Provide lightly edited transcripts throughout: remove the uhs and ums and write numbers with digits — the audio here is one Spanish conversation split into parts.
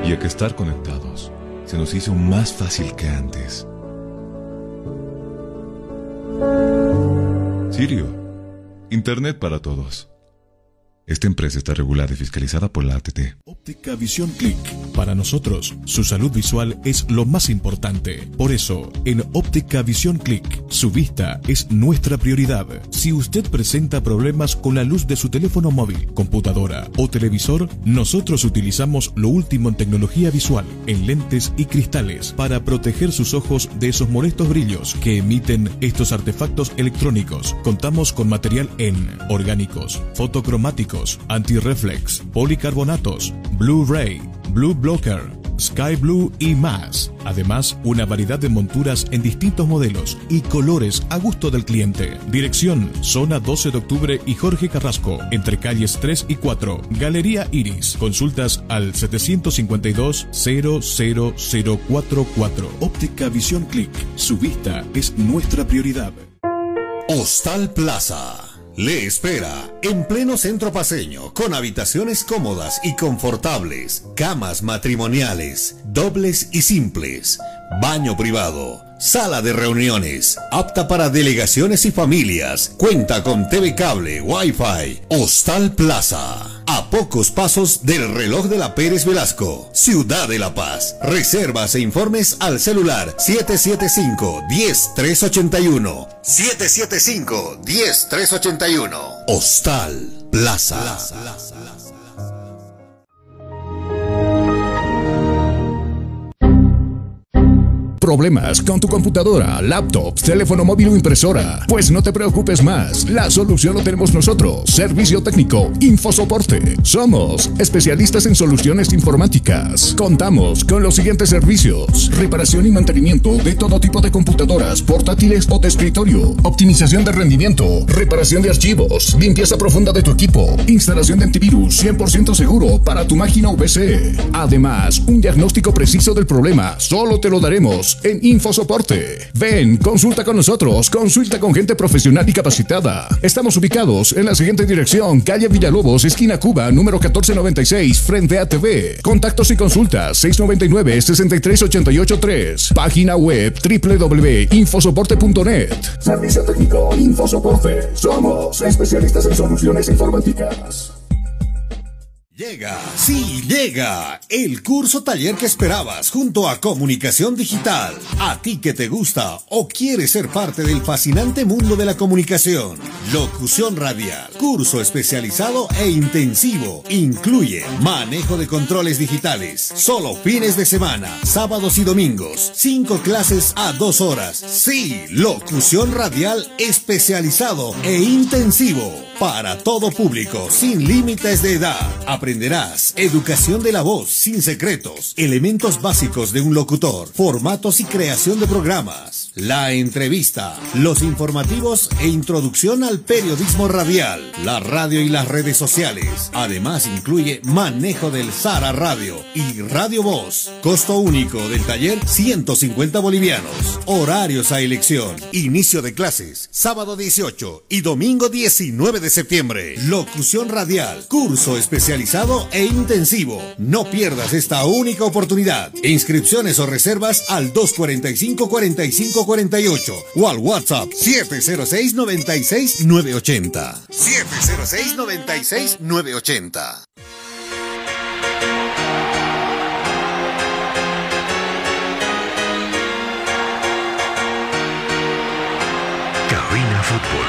y a que estar conectados se nos hizo más fácil que antes. Sirio, Internet para todos. Esta empresa está regulada y fiscalizada por la ATT. Óptica Visión Click. Para nosotros, su salud visual es lo más importante. Por eso, en Óptica Visión Click, su vista es nuestra prioridad. Si usted presenta problemas con la luz de su teléfono móvil, computadora o televisor, nosotros utilizamos lo último en tecnología visual, en lentes y cristales, para proteger sus ojos de esos molestos brillos que emiten estos artefactos electrónicos. Contamos con material en orgánicos, fotocromáticos, anti-reflex, policarbonatos, Blu-ray, Blue Blocker, Sky Blue y más. Además, una variedad de monturas en distintos modelos y colores a gusto del cliente. Dirección: Zona 12 de Octubre y Jorge Carrasco, entre calles 3 y 4. Galería Iris. Consultas al 752-00044. Óptica Visión Click. Su vista es nuestra prioridad. Hostal Plaza le espera en pleno centro paceño, con habitaciones cómodas y confortables, camas matrimoniales, dobles y simples, baño privado, sala de reuniones, apta para delegaciones y familias, cuenta con TV cable, Wi-Fi. Hostal Plaza, a pocos pasos del reloj de la Pérez Velasco, Ciudad de La Paz. Reservas e informes al celular 775-10381. 775-10381. Hostal Plaza. ¿Problemas con tu computadora, laptop, teléfono móvil o impresora? Pues no te preocupes más, la solución lo tenemos nosotros. Servicio técnico, Infosoporte. Somos especialistas en soluciones informáticas. Contamos con los siguientes servicios: reparación y mantenimiento de todo tipo de computadoras, portátiles o de escritorio, optimización de rendimiento, reparación de archivos, limpieza profunda de tu equipo, instalación de antivirus 100% seguro para tu máquina o PC. Además, un diagnóstico preciso del problema solo te lo daremos en Infosoporte. Ven, consulta con nosotros, consulta con gente profesional y capacitada. Estamos ubicados en la siguiente dirección: calle Villalobos, esquina Cuba, número 1496, frente a TV. Contactos y consultas 699-63883. Página web www.infosoporte.net. Servicio técnico Infosoporte. Somos especialistas en soluciones informáticas. Llega, sí, llega el curso taller que esperabas junto a Comunicación Digital. A ti que te gusta o quieres ser parte del fascinante mundo de la comunicación. Locución radial, curso especializado e intensivo. Incluye manejo de controles digitales, solo fines de semana, sábados y domingos. 5 clases a 2 horas. Sí, locución radial especializado e intensivo. Para todo público, sin límites de edad. Aprenderás educación de la voz sin secretos, elementos básicos de un locutor, formatos y creación de programas, la entrevista, los informativos e introducción al periodismo radial, la radio y las redes sociales. Además incluye manejo del Sara Radio y Radio Voz. Costo único del taller 150 bolivianos. Horarios a elección. Inicio de clases sábado 18 y domingo 19 de septiembre. Locución radial, curso especializado e intensivo. No pierdas esta única oportunidad. Inscripciones o reservas al 245-4548 o al WhatsApp 706-96-980. 706-96-980. Cabina Fútbol.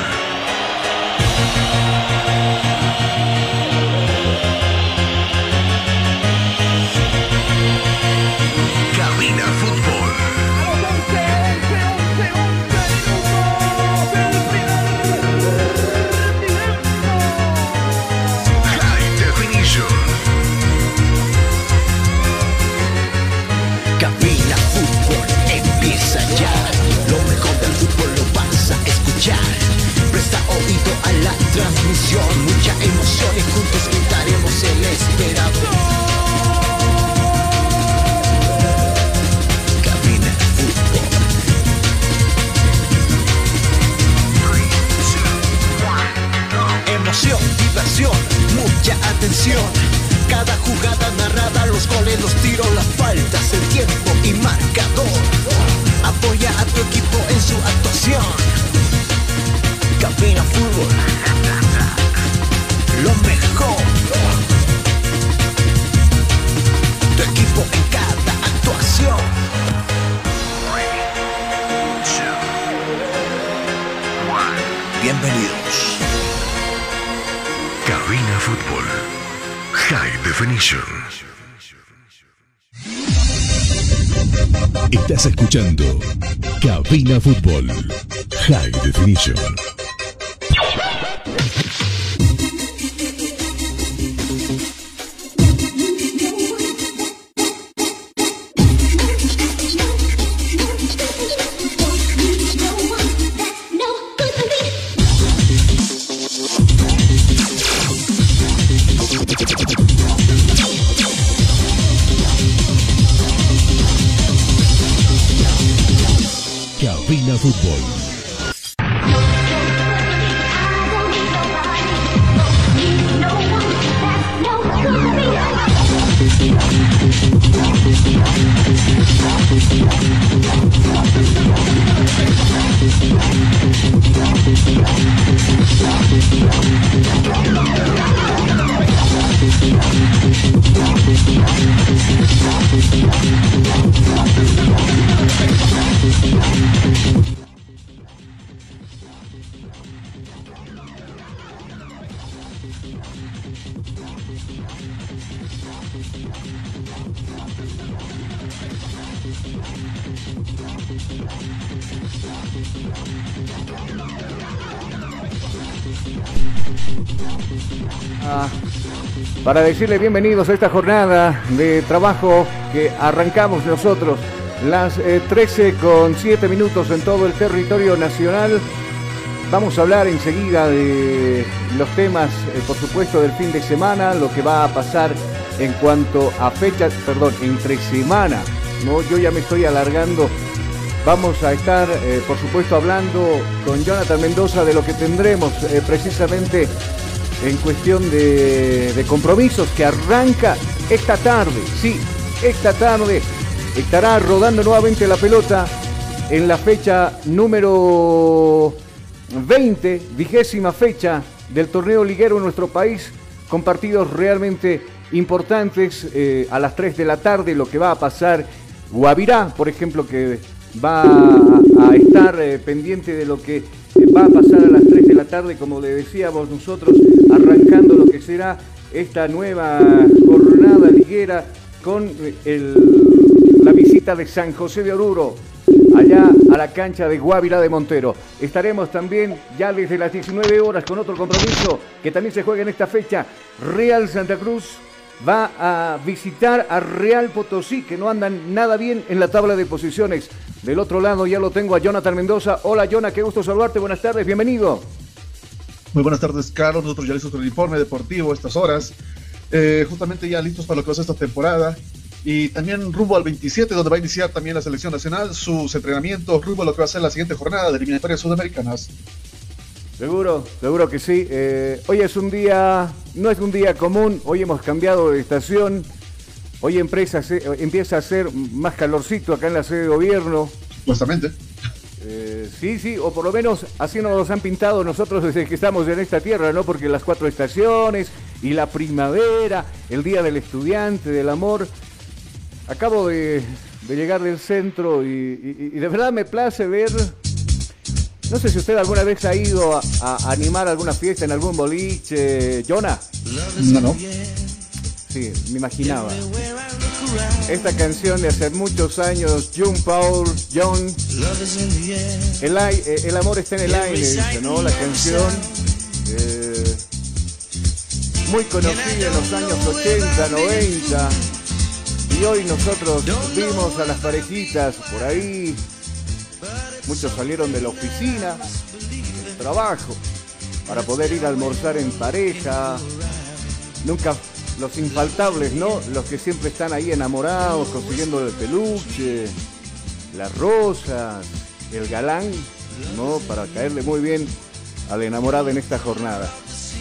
Cabina Fútbol. High Definition. Cabina Fútbol empieza ya. Lo mejor del fútbol lo vas a escuchar. Presta oído a la transmisión. Mucha emoción y juntos gritaremos el esperado. Cabina Fútbol. 3, 2, 1. Emoción, diversión, mucha atención. Cada jugada narrada, los goles, los tiros, High Definition. Estás escuchando Cabina Fútbol High Definition. Cabina Fútbol. Para decirle bienvenidos a esta jornada de trabajo que arrancamos nosotros las 13:07 en todo el territorio nacional. Vamos a hablar enseguida de los temas, por supuesto, del fin de semana, lo que va a pasar en cuanto a fechas, entre semana, ¿no? Yo ya me estoy alargando. Vamos a estar, por supuesto, hablando con Jonathan Mendoza de lo que tendremos precisamente en cuestión de compromisos que arranca esta tarde. Sí, esta tarde estará rodando nuevamente la pelota en la fecha número 20, 20ª fecha del torneo liguero en nuestro país, con partidos realmente importantes. A las 3 de la tarde lo que va a pasar Guavirá, por ejemplo, que va a estar pendiente de lo que va a pasar a las 3 de la tarde, como le decíamos nosotros, arrancando lo que será esta nueva jornada liguera con la visita de San José de Oruro, allá a la cancha de Guavirá de Montero. Estaremos también ya desde las 19 horas con otro compromiso que también se juega en esta fecha. Real Santa Cruz va a visitar a Real Potosí, que no andan nada bien en la tabla de posiciones. Del otro lado ya lo tengo a Jonathan Mendoza. Hola, Jonah, qué gusto saludarte. Buenas tardes, bienvenido. Muy buenas tardes, Carlos. Nosotros ya listos con el informe deportivo a estas horas. Justamente ya listos para lo que va a ser esta temporada. Y también rumbo al 27, donde va a iniciar también la selección nacional sus entrenamientos rumbo a lo que va a ser la siguiente jornada de eliminatorias sudamericanas. Seguro que sí. Hoy es un día, no es un día común. Hoy hemos cambiado de estación. Hoy empieza a ser más calorcito acá en la sede de gobierno. Supuestamente. Sí, o por lo menos así nos los han pintado nosotros desde que estamos en esta tierra, ¿no? Porque las 4 estaciones y la primavera, el día del estudiante, del amor. Acabo de llegar del centro y de verdad me place ver. No sé si usted alguna vez ha ido a animar alguna fiesta en algún boliche, Jonah. No. Sí, me imaginaba. Esta canción de hace muchos años, John, el amor está en el aire, dice, ¿no? La canción muy conocida en los años 80, 90. Y hoy nosotros vimos a las parejitas por ahí. Muchos salieron de la oficina, del trabajo, para poder ir a almorzar en pareja. Nunca los infaltables, ¿no? Los que siempre están ahí enamorados, consiguiendo el peluche, las rosas, el galán, ¿no? Para caerle muy bien al enamorado en esta jornada.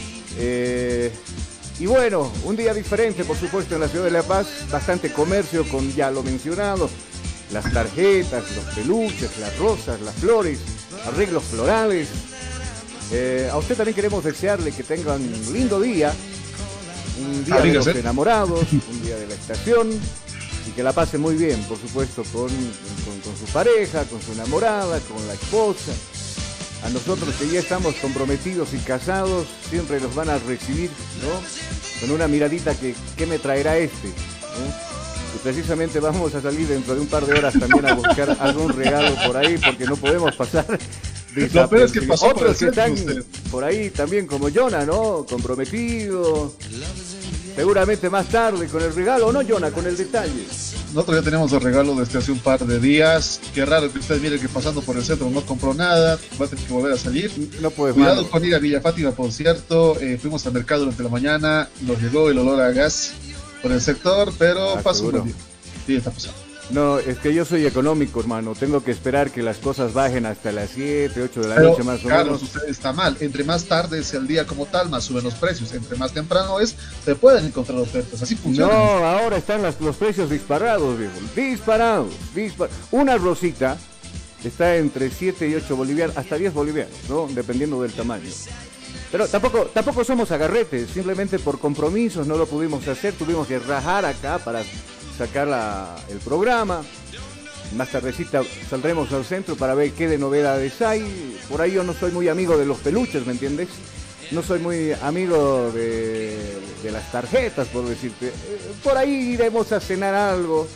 Y bueno, un día diferente, por supuesto, en la ciudad de La Paz. Bastante comercio, con ya lo mencionado. Las tarjetas, los peluches, las rosas, las flores, arreglos florales. A usted también queremos desearle que tenga un lindo día. Un día de los enamorados, un día de la estación, y que la pase muy bien, por supuesto, con su pareja, con su enamorada, con la esposa. A nosotros que ya estamos comprometidos y casados, siempre nos van a recibir, ¿no? Con una miradita que ¿qué me traerá este? ¿no? Y precisamente vamos a salir dentro de un par de horas también a buscar algún regalo por ahí, porque no podemos pasar Lo peor es que pasó otros que están usted. por ahí también como Jonah, ¿no? Comprometido. Seguramente más tarde con el regalo, ¿no, Jonah? Con el detalle. Nosotros ya tenemos el regalo desde hace un par de días. Qué raro que usted mire que pasando por el centro no compró nada, va a tener que volver a salir. No puedes. Cuidado con ir a Villa Fátima, por cierto. Fuimos al mercado durante la mañana, nos llegó el olor a gas por el sector, pero pasa un buen día. Sí, está pasando. No, es que yo soy económico, hermano. Tengo que esperar que las cosas bajen hasta las 7, 8 de la noche más o Carlos, menos. usted está mal. Entre más tarde es el día como tal, más suben los precios. Entre más temprano es, se pueden encontrar ofertas. Así funciona. No, ahora están los precios disparados, viejo. Disparados. Una rosita está entre 7 y 8 bolivianos, hasta 10 bolivianos, ¿no? Dependiendo del tamaño. Pero tampoco somos agarretes, simplemente por compromisos no lo pudimos hacer, tuvimos que rajar acá para sacar el programa. Más tardecita saldremos al centro para ver qué de novedades hay. Por ahí yo no soy muy amigo de los peluches, ¿me entiendes? No soy muy amigo de las tarjetas, por decirte. Por ahí iremos a cenar algo,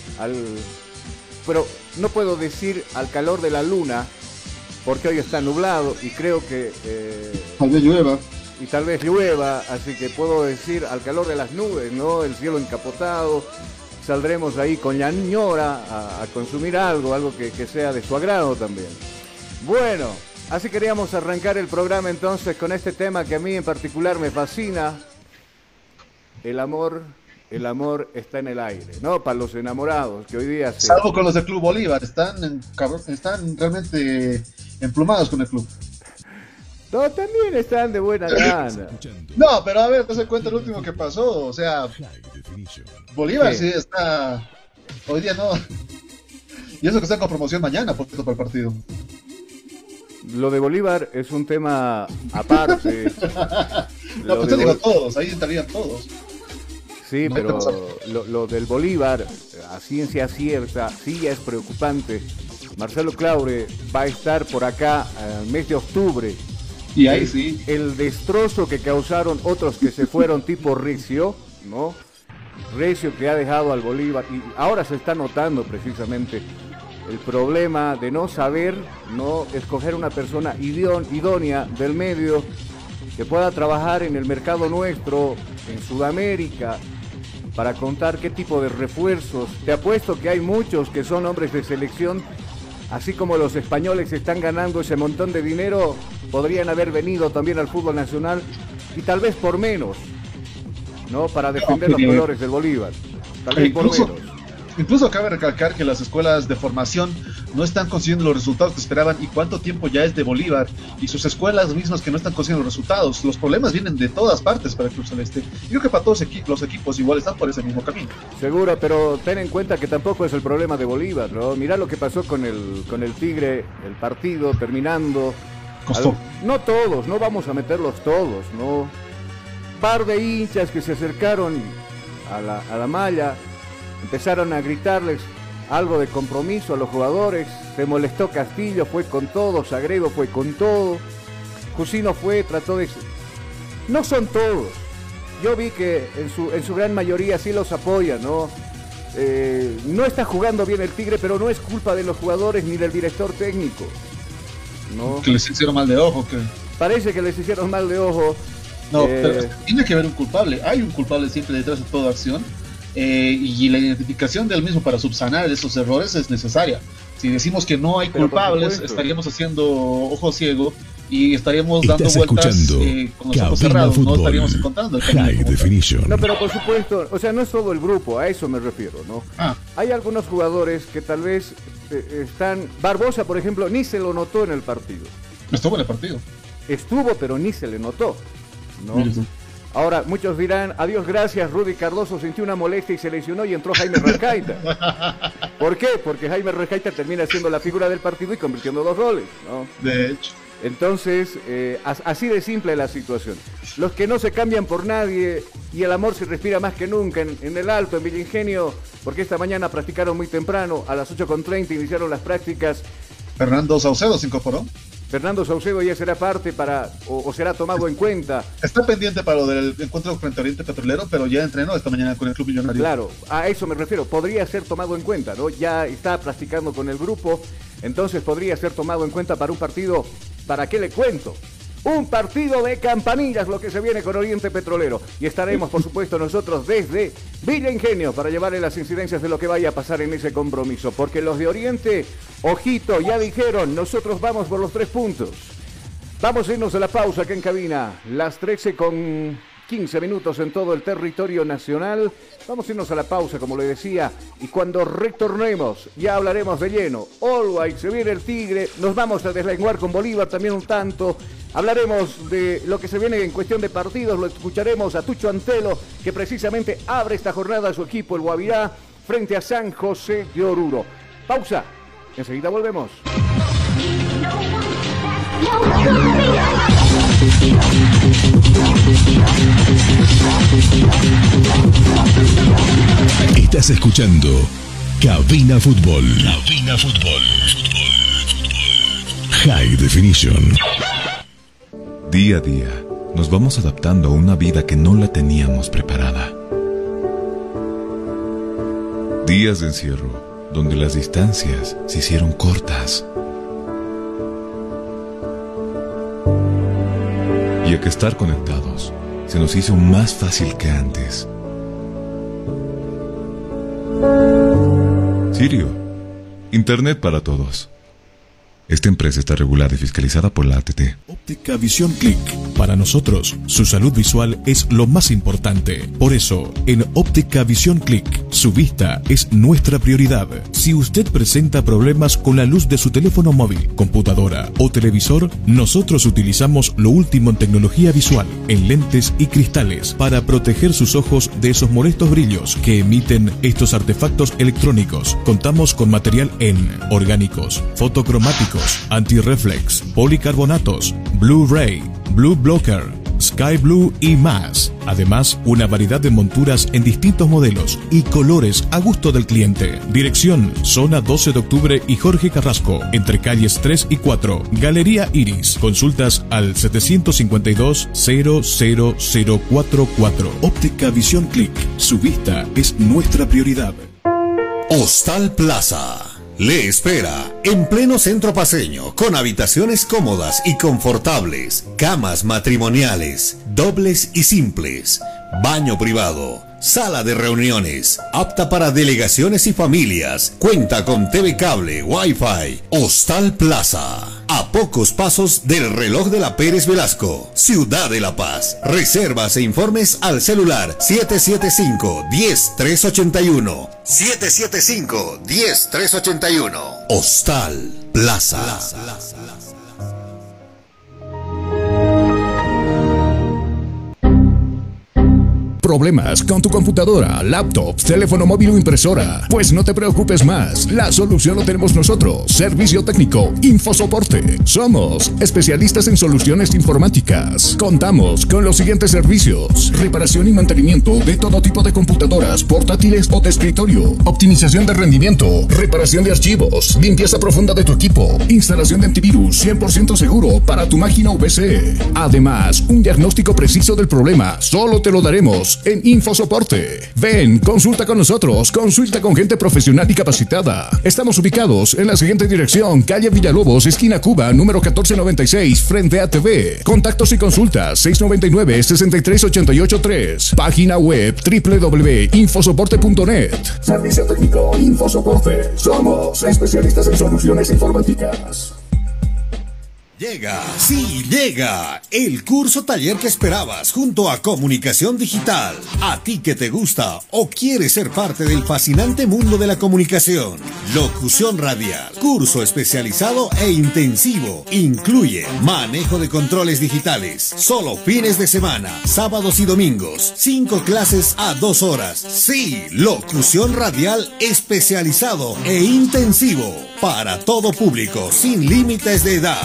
pero no puedo decir al calor de la luna, porque hoy está nublado y creo que Tal vez llueva. y tal vez llueva, así que puedo decir al calor de las nubes, ¿no? El cielo encapotado, saldremos ahí con la ñora a consumir algo que sea de su agrado también. Bueno, así queríamos arrancar el programa entonces con este tema que a mí en particular me fascina. El amor está en el aire, ¿no? Para los enamorados que hoy día se... Salvo con los del Club Bolívar, están realmente emplumados con el club. No, también están de buena gana. No, pero a ver, te das cuenta el último que pasó. O sea, Bolívar ¿Qué? sí está. Hoy día no. Y eso que están con promoción mañana, por cierto, para el partido. Lo de Bolívar es un tema aparte. No, pues te digo todos, ahí entrarían todos. Sí, No pero estamos lo del Bolívar, a ciencia cierta, sí ya es preocupante. Marcelo Claure va a estar por acá el mes de octubre. Y ahí sí. El destrozo que causaron otros que se fueron tipo Recio, ¿no? Recio que ha dejado al Bolívar y ahora se está notando precisamente el problema de no saber, no escoger una persona idónea del medio que pueda trabajar en el mercado nuestro, en Sudamérica, para contar qué tipo de refuerzos. Te apuesto que hay muchos que son hombres de selección, así como los españoles están ganando ese montón de dinero, podrían haber venido también al fútbol nacional y tal vez por menos, ¿no? Para defender los colores del Bolívar. Tal vez por menos. Incluso cabe recalcar que las escuelas de formación no están consiguiendo los resultados que esperaban. ¿Y cuánto tiempo ya es de Bolívar? Y sus escuelas mismas que no están consiguiendo los resultados. Los problemas vienen de todas partes para el Club Celeste. Y creo que para todos los equipos igual están por ese mismo camino. Seguro, pero ten en cuenta que tampoco es el problema de Bolívar, ¿no? Mirá lo que pasó con el Tigre, el partido terminando. Costó. No todos, no vamos a meterlos todos, ¿no? Par de hinchas que se acercaron a la malla, empezaron a gritarles algo de compromiso a los jugadores. Se molestó Castillo, fue con todo. Sagredo fue con todo. Jusino fue, trató de... No son todos. Yo vi que en su gran mayoría sí los apoyan, ¿no? No está jugando bien el Tigre, pero no es culpa de los jugadores ni del director técnico, ¿no? Que les hicieron mal de ojo. Que... Parece que les hicieron mal de ojo. No, pero tiene que haber un culpable. Hay un culpable siempre detrás de toda acción. Y la identificación del mismo para subsanar esos errores es necesaria. Si decimos que no hay culpables, estaríamos haciendo ojo ciego y estaríamos dando vueltas con los ojos cerrados, no estaríamos encontrando el High Definition. No, pero por supuesto, o sea, no es todo el grupo, a eso me refiero, ¿no? Hay algunos jugadores que tal vez están... Barbosa, por ejemplo, ni se lo notó en el partido. Estuvo en el partido. Estuvo, pero ni se le notó, ¿no? Ahora, muchos dirán, adiós, gracias, Rudy Cardoso sintió una molestia y se lesionó y entró Jaime Rascaita. ¿Por qué? Porque Jaime Rascaita termina siendo la figura del partido y convirtiendo 2 goles, ¿no? De hecho. Entonces, así de simple la situación. Los que no se cambian por nadie y el amor se respira más que nunca en el Alto, en Villa Ingenio, porque esta mañana practicaron muy temprano, a las 8:30 iniciaron las prácticas. Fernando Saucedo se incorporó. Fernando Saucedo ya será parte o será tomado en cuenta. Está pendiente para lo del encuentro frente a Oriente Petrolero, pero ya entrenó esta mañana con el Club Millonario. Claro, a eso me refiero, podría ser tomado en cuenta, ¿no? Ya está practicando con el grupo, entonces podría ser tomado en cuenta para un partido, ¿para qué le cuento? Un partido de campanillas, lo que se viene con Oriente Petrolero. Y estaremos, por supuesto, nosotros desde Villa Ingenio para llevarle las incidencias de lo que vaya a pasar en ese compromiso. Porque los de Oriente, ojito, ya dijeron, nosotros vamos por los 3 puntos. Vamos a irnos a la pausa acá en cabina. Las 13:15 en todo el territorio nacional. Vamos a irnos a la pausa, como le decía. Y cuando retornemos, ya hablaremos de lleno. Always, se viene el Tigre. Nos vamos a deslenguar con Bolívar también un tanto. Hablaremos de lo que se viene en cuestión de partidos. Lo escucharemos a Tucho Antelo, que precisamente abre esta jornada a su equipo, el Guavirá, frente a San José de Oruro. Pausa. Enseguida volvemos. Estás escuchando Cabina Fútbol. Cabina Fútbol. High Definition. Día a día, nos vamos adaptando a una vida que no la teníamos preparada. Días de encierro, donde las distancias se hicieron cortas. Y a que estar conectados se nos hizo más fácil que antes. Sirio, Internet para todos. Esta empresa está regulada y fiscalizada por la ATT. Óptica Visión Click. Para nosotros, su salud visual es lo más importante. Por eso, en Óptica Visión Click, su vista es nuestra prioridad. Si usted presenta problemas con la luz de su teléfono móvil, computadora o televisor, nosotros utilizamos lo último en tecnología visual, en lentes y cristales, para proteger sus ojos de esos molestos brillos que emiten estos artefactos electrónicos. Contamos con material en orgánicos, fotocromáticos, anti-reflex, policarbonatos, Blu-ray, Blue Blocker, Sky Blue y más. Además, una variedad de monturas en distintos modelos y colores a gusto del cliente. Dirección: Zona 12 de Octubre y Jorge Carrasco, entre calles 3 y 4. Galería Iris. Consultas al 752-00044. Óptica Visión Click. Su vista es nuestra prioridad. Hostal Plaza le espera en pleno centro paceño, con habitaciones cómodas y confortables, camas matrimoniales, dobles y simples, baño privado, sala de reuniones, apta para delegaciones y familias, cuenta con TV cable, Wi-Fi. Hostal Plaza, a pocos pasos del reloj de la Pérez Velasco, Ciudad de La Paz. Reservas e informes al celular 775-10381. 775-10381. Hostal Plaza. ¿Problemas con tu computadora, laptop, teléfono móvil o impresora? Pues no te preocupes más, la solución lo tenemos nosotros. Servicio técnico, Infosoporte. Somos especialistas en soluciones informáticas. Contamos con los siguientes servicios: reparación y mantenimiento de todo tipo de computadoras, portátiles o de escritorio, optimización de rendimiento, reparación de archivos, limpieza profunda de tu equipo, instalación de antivirus 100% seguro para tu máquina o PC. Además, un diagnóstico preciso del problema solo te lo daremos en Infosoporte. Ven, consulta con nosotros, consulta con gente profesional y capacitada. Estamos ubicados en la siguiente dirección: calle Villalobos, esquina Cuba, número 1496, frente a TV. Contactos y consultas 699-63883. Página web www.infosoporte.net. Servicio técnico Infosoporte. Somos especialistas en soluciones informáticas. Llega, sí, llega el curso taller que esperabas junto a Comunicación Digital. A ti que te gusta o quieres ser parte del fascinante mundo de la comunicación. Locución radial, curso especializado e intensivo. Incluye manejo de controles digitales, solo fines de semana, sábados y domingos. 5 clases a 2 horas. Sí, locución radial especializado e intensivo. Para todo público, sin límites de edad.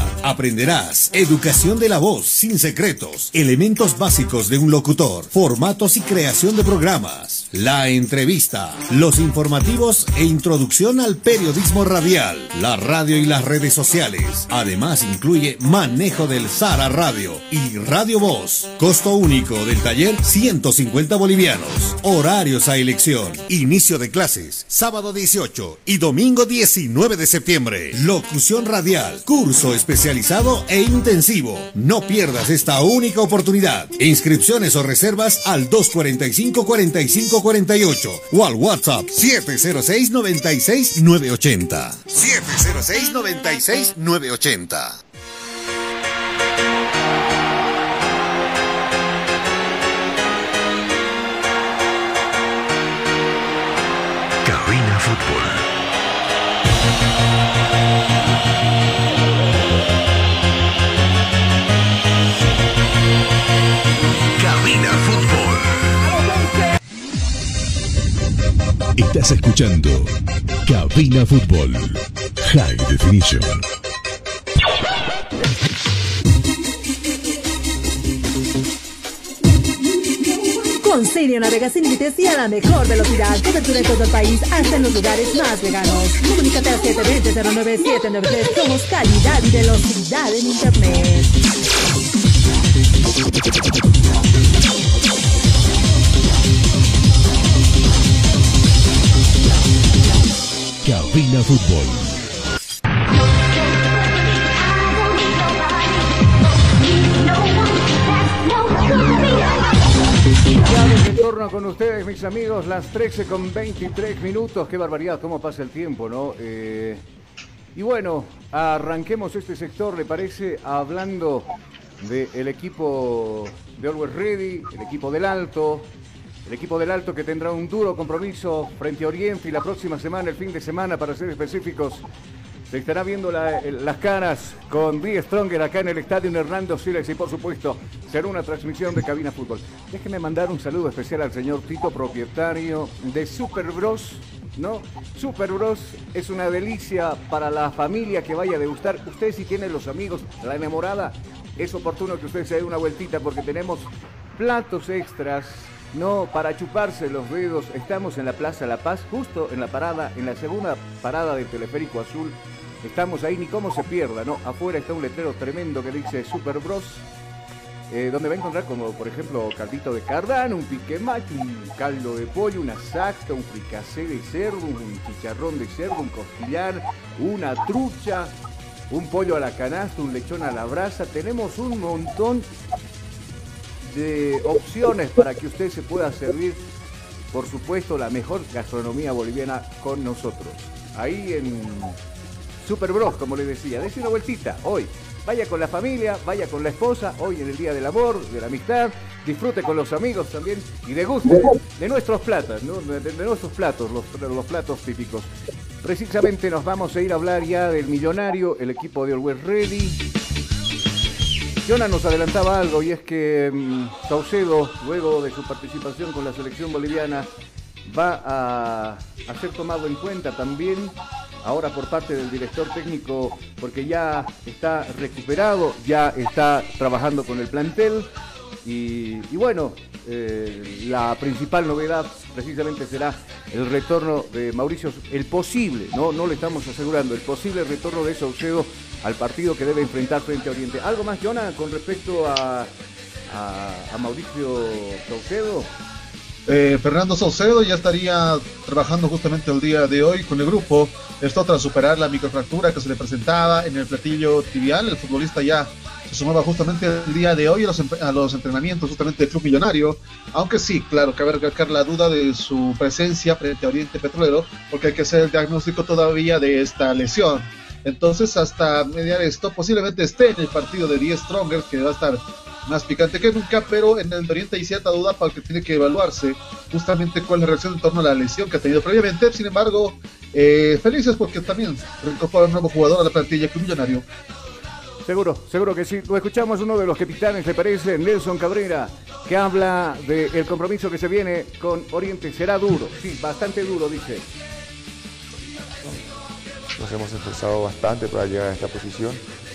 Aprenderás educación de la voz sin secretos, elementos básicos de un locutor, formatos y creación de programas, la entrevista, los informativos e introducción al periodismo radial, la radio y las redes sociales. Además incluye manejo del Sara Radio y Radio Voz. Costo único del taller 150 bolivianos. Horarios a elección. Inicio de clases sábado 18 y domingo 19 de septiembre. Locución radial, curso especializado e intensivo. No pierdas esta única oportunidad. Inscripciones o reservas al 245-4548 o al WhatsApp 706-96-980. 706-96-980. Cabina Fútbol. Cabina Fútbol. Estás escuchando Cabina Fútbol High Definition. Con Sirio navega sin límites y a la mejor velocidad. Cobertura en todo el país, hasta en los lugares más lejanos. Comunícate al 720-09793. Somos calidad y velocidad en internet. Cabina Fútbol. Ya de retorno con ustedes, mis amigos, las 13:23. Qué barbaridad, cómo pasa el tiempo, ¿no? Y bueno, arranquemos este sector, ¿le parece? Hablando del equipo de Always Ready, el equipo del Alto. El equipo del Alto que tendrá un duro compromiso frente a Oriente y la próxima semana, el fin de semana, para ser específicos, se estará viendo las caras con The Stronger acá en el estadio Hernando Siles y por supuesto será una transmisión de Cabina Fútbol. Déjeme mandar un saludo especial al señor Tito, propietario de Super Bros, ¿no? Super Bros es una delicia para la familia que vaya a degustar. Usted si tiene los amigos, la enamorada, es oportuno que usted se dé una vueltita porque tenemos platos extras, no para chuparse los dedos. Estamos en la Plaza La Paz, justo en la parada, en la segunda parada del Teleférico Azul. Estamos ahí, ni cómo se pierda, ¿no? Afuera está un letrero tremendo que dice Super Bros, donde va a encontrar como, por ejemplo, caldito de cardán, un pique macho, un caldo de pollo, una sacta, un fricasé de cerdo, un chicharrón de cerdo, un costillar, una trucha, un pollo a la canasta, un lechón a la brasa. Tenemos un montón de opciones para que usted se pueda servir, por supuesto, la mejor gastronomía boliviana con nosotros. Ahí en Super Bros, como les decía, dése una vueltita hoy. Vaya con la familia, vaya con la esposa, hoy en el Día del Amor, de la Amistad, disfrute con los amigos también y deguste de nuestros platos, ¿no? de nuestros platos, los platos típicos. Precisamente nos vamos a ir a hablar ya del millonario, el equipo de Always Ready. Jonah nos adelantaba algo y es que Saucedo, luego de su participación con la selección boliviana, va a ser tomado en cuenta también ahora por parte del director técnico, porque ya está recuperado, ya está trabajando con el plantel y bueno, la principal novedad precisamente será el retorno de Mauricio, el posible, no le estamos asegurando, el posible retorno de Saucedo al partido que debe enfrentar frente a Oriente. ¿Algo más, Jonah, con respecto a Mauricio Saucedo? Fernando Saucedo ya estaría trabajando justamente el día de hoy con el grupo. Esto tras superar la microfractura que se le presentaba en el platillo tibial. El futbolista ya se sumaba justamente el día de hoy a los entrenamientos justamente del Club Millonario. Aunque sí, claro, cabe recalcar la duda de su presencia frente a Oriente Petrolero, porque hay que hacer el diagnóstico todavía de esta lesión. Entonces, hasta mediar esto, posiblemente esté en el partido de The Stronger, que va a estar más picante que nunca, pero en el Oriente hay cierta duda para que tiene que evaluarse justamente cuál es la reacción en torno a la lesión que ha tenido previamente. Sin embargo, felices porque también reincorpora un nuevo jugador a la plantilla Club Millonario. Seguro que sí. Lo escuchamos, uno de los capitanes, le parece, Nelson Cabrera, que habla del compromiso que se viene con Oriente. Será duro, sí, bastante duro, dice. Nos hemos esforzado bastante para llegar a esta posición.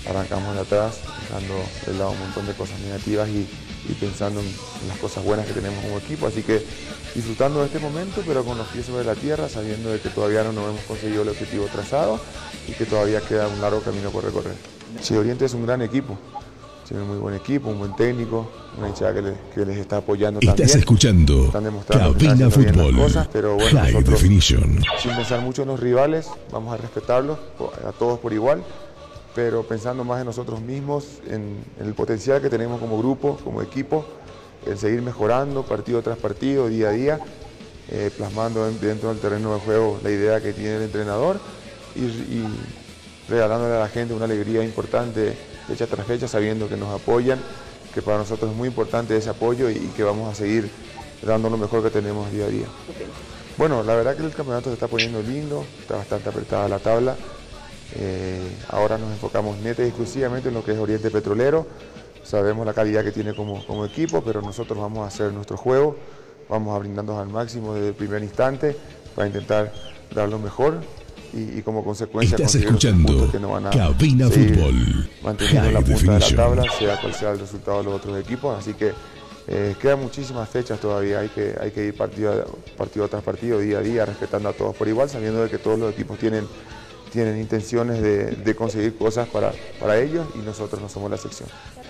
arrancamos de atrás, dejando de lado un montón de cosas negativas y pensando en las cosas buenas que tenemos como equipo. Así que disfrutando de este momento, pero con los pies sobre la tierra, sabiendo de que todavía no hemos conseguido el objetivo trazado y que todavía queda un largo camino por recorrer. Sí, Oriente es un gran equipo. Tiene un muy buen equipo, un buen técnico, una hinchada que les está apoyando también. Estás escuchando Están demostrando Cabina que están haciendo bien Fútbol, las cosas, pero bueno, High nosotros, Definition. sin pensar mucho en los rivales, vamos a respetarlos a todos por igual, pero pensando más en nosotros mismos, en el potencial que tenemos como grupo, como equipo, en seguir mejorando partido tras partido, día a día, plasmando dentro del terreno de juego la idea que tiene el entrenador y regalándole a la gente una alegría importante fecha tras fecha, sabiendo que nos apoyan, que para nosotros es muy importante ese apoyo y que vamos a seguir dando lo mejor que tenemos día a día. Bueno, la verdad que el campeonato se está poniendo lindo, está bastante apretada la tabla. Ahora nos enfocamos neta y exclusivamente en lo que es Oriente Petrolero. Sabemos la calidad que tiene como equipo, pero nosotros vamos a hacer nuestro juego, vamos a brindarnos al máximo desde el primer instante para intentar dar lo mejor. Y como consecuencia estás escuchando que no van a Cabina Fútbol, manteniendo la High punta de la Definition. tabla, sea cual sea el resultado de los otros equipos, así que quedan muchísimas fechas todavía, hay que ir partido tras partido, día a día, respetando a todos por igual, sabiendo de que todos los equipos tienen intenciones de conseguir cosas para ellos y nosotros no somos la excepción.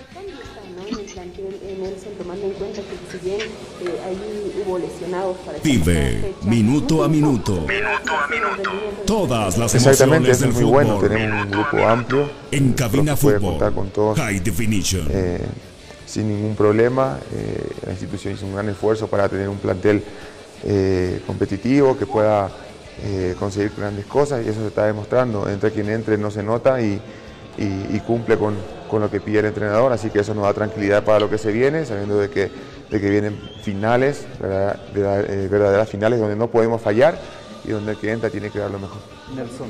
Tomando en cuenta que si bien ahí hubo lesionados para Vive minuto a minuto. Todas las Exactamente, emociones eso del es muy fútbol. bueno, tenemos un grupo amplio. En Cabina Puede Fútbol, contar con todos High Definition. sin ningún problema. La institución hizo un gran esfuerzo para tener un plantel competitivo que pueda conseguir grandes cosas y eso se está demostrando. Entre quien entre no se nota y cumple con lo que pide el entrenador, así que eso nos da tranquilidad para lo que se viene, sabiendo de que vienen finales, verdaderas finales donde no podemos fallar y donde el que entra tiene que dar lo mejor. Nelson.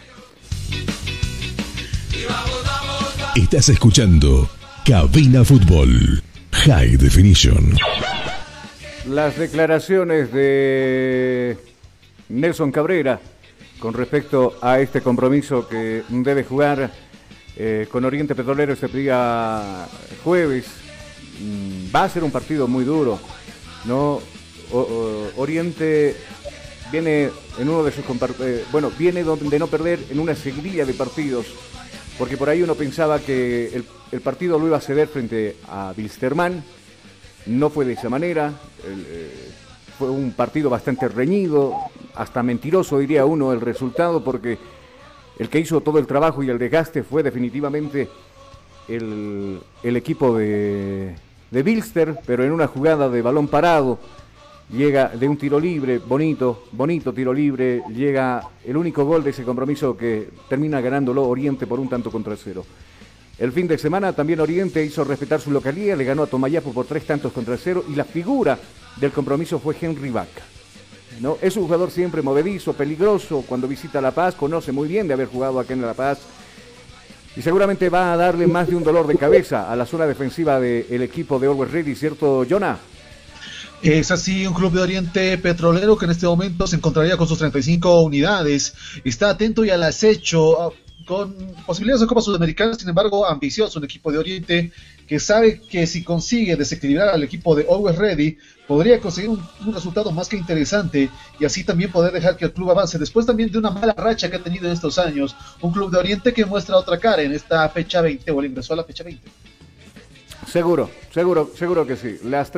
Estás escuchando Cabina Fútbol, High Definition. Las declaraciones de Nelson Cabrera con respecto a este compromiso que debe jugar con Oriente Petrolero este día jueves. Va a ser un partido muy duro, ¿no? Oriente viene en uno de sus viene de no perder en una seguidilla de partidos, porque por ahí uno pensaba que el partido lo iba a ceder frente a Wilstermann. No fue de esa manera. Fue un partido bastante reñido, hasta mentiroso diría uno el resultado, porque el que hizo todo el trabajo y el desgaste fue definitivamente el equipo de Wilster, pero en una jugada de balón parado, llega de un tiro libre, bonito tiro libre, llega el único gol de ese compromiso que termina ganándolo Oriente por 1-0. El fin de semana también Oriente hizo respetar su localía, le ganó a Tomayapo por 3-0 y la figura del compromiso fue Henry Vaca, ¿no? Es un jugador siempre movedizo, peligroso, cuando visita La Paz, conoce muy bien de haber jugado acá en La Paz y seguramente va a darle más de un dolor de cabeza a la zona defensiva del equipo de Always Ready, ¿cierto, Jonah? Es así, un club de Oriente Petrolero que en este momento se encontraría con sus 35 unidades, está atento y al acecho, con posibilidades de Copa Sudamericana, sin embargo ambicioso, un equipo de Oriente que sabe que si consigue desequilibrar al equipo de Always Ready, podría conseguir un resultado más que interesante y así también poder dejar que el club avance, después también de una mala racha que ha tenido en estos años, un club de Oriente que muestra otra cara en esta fecha 20, o le ingresó a la fecha 20. Seguro que sí. Las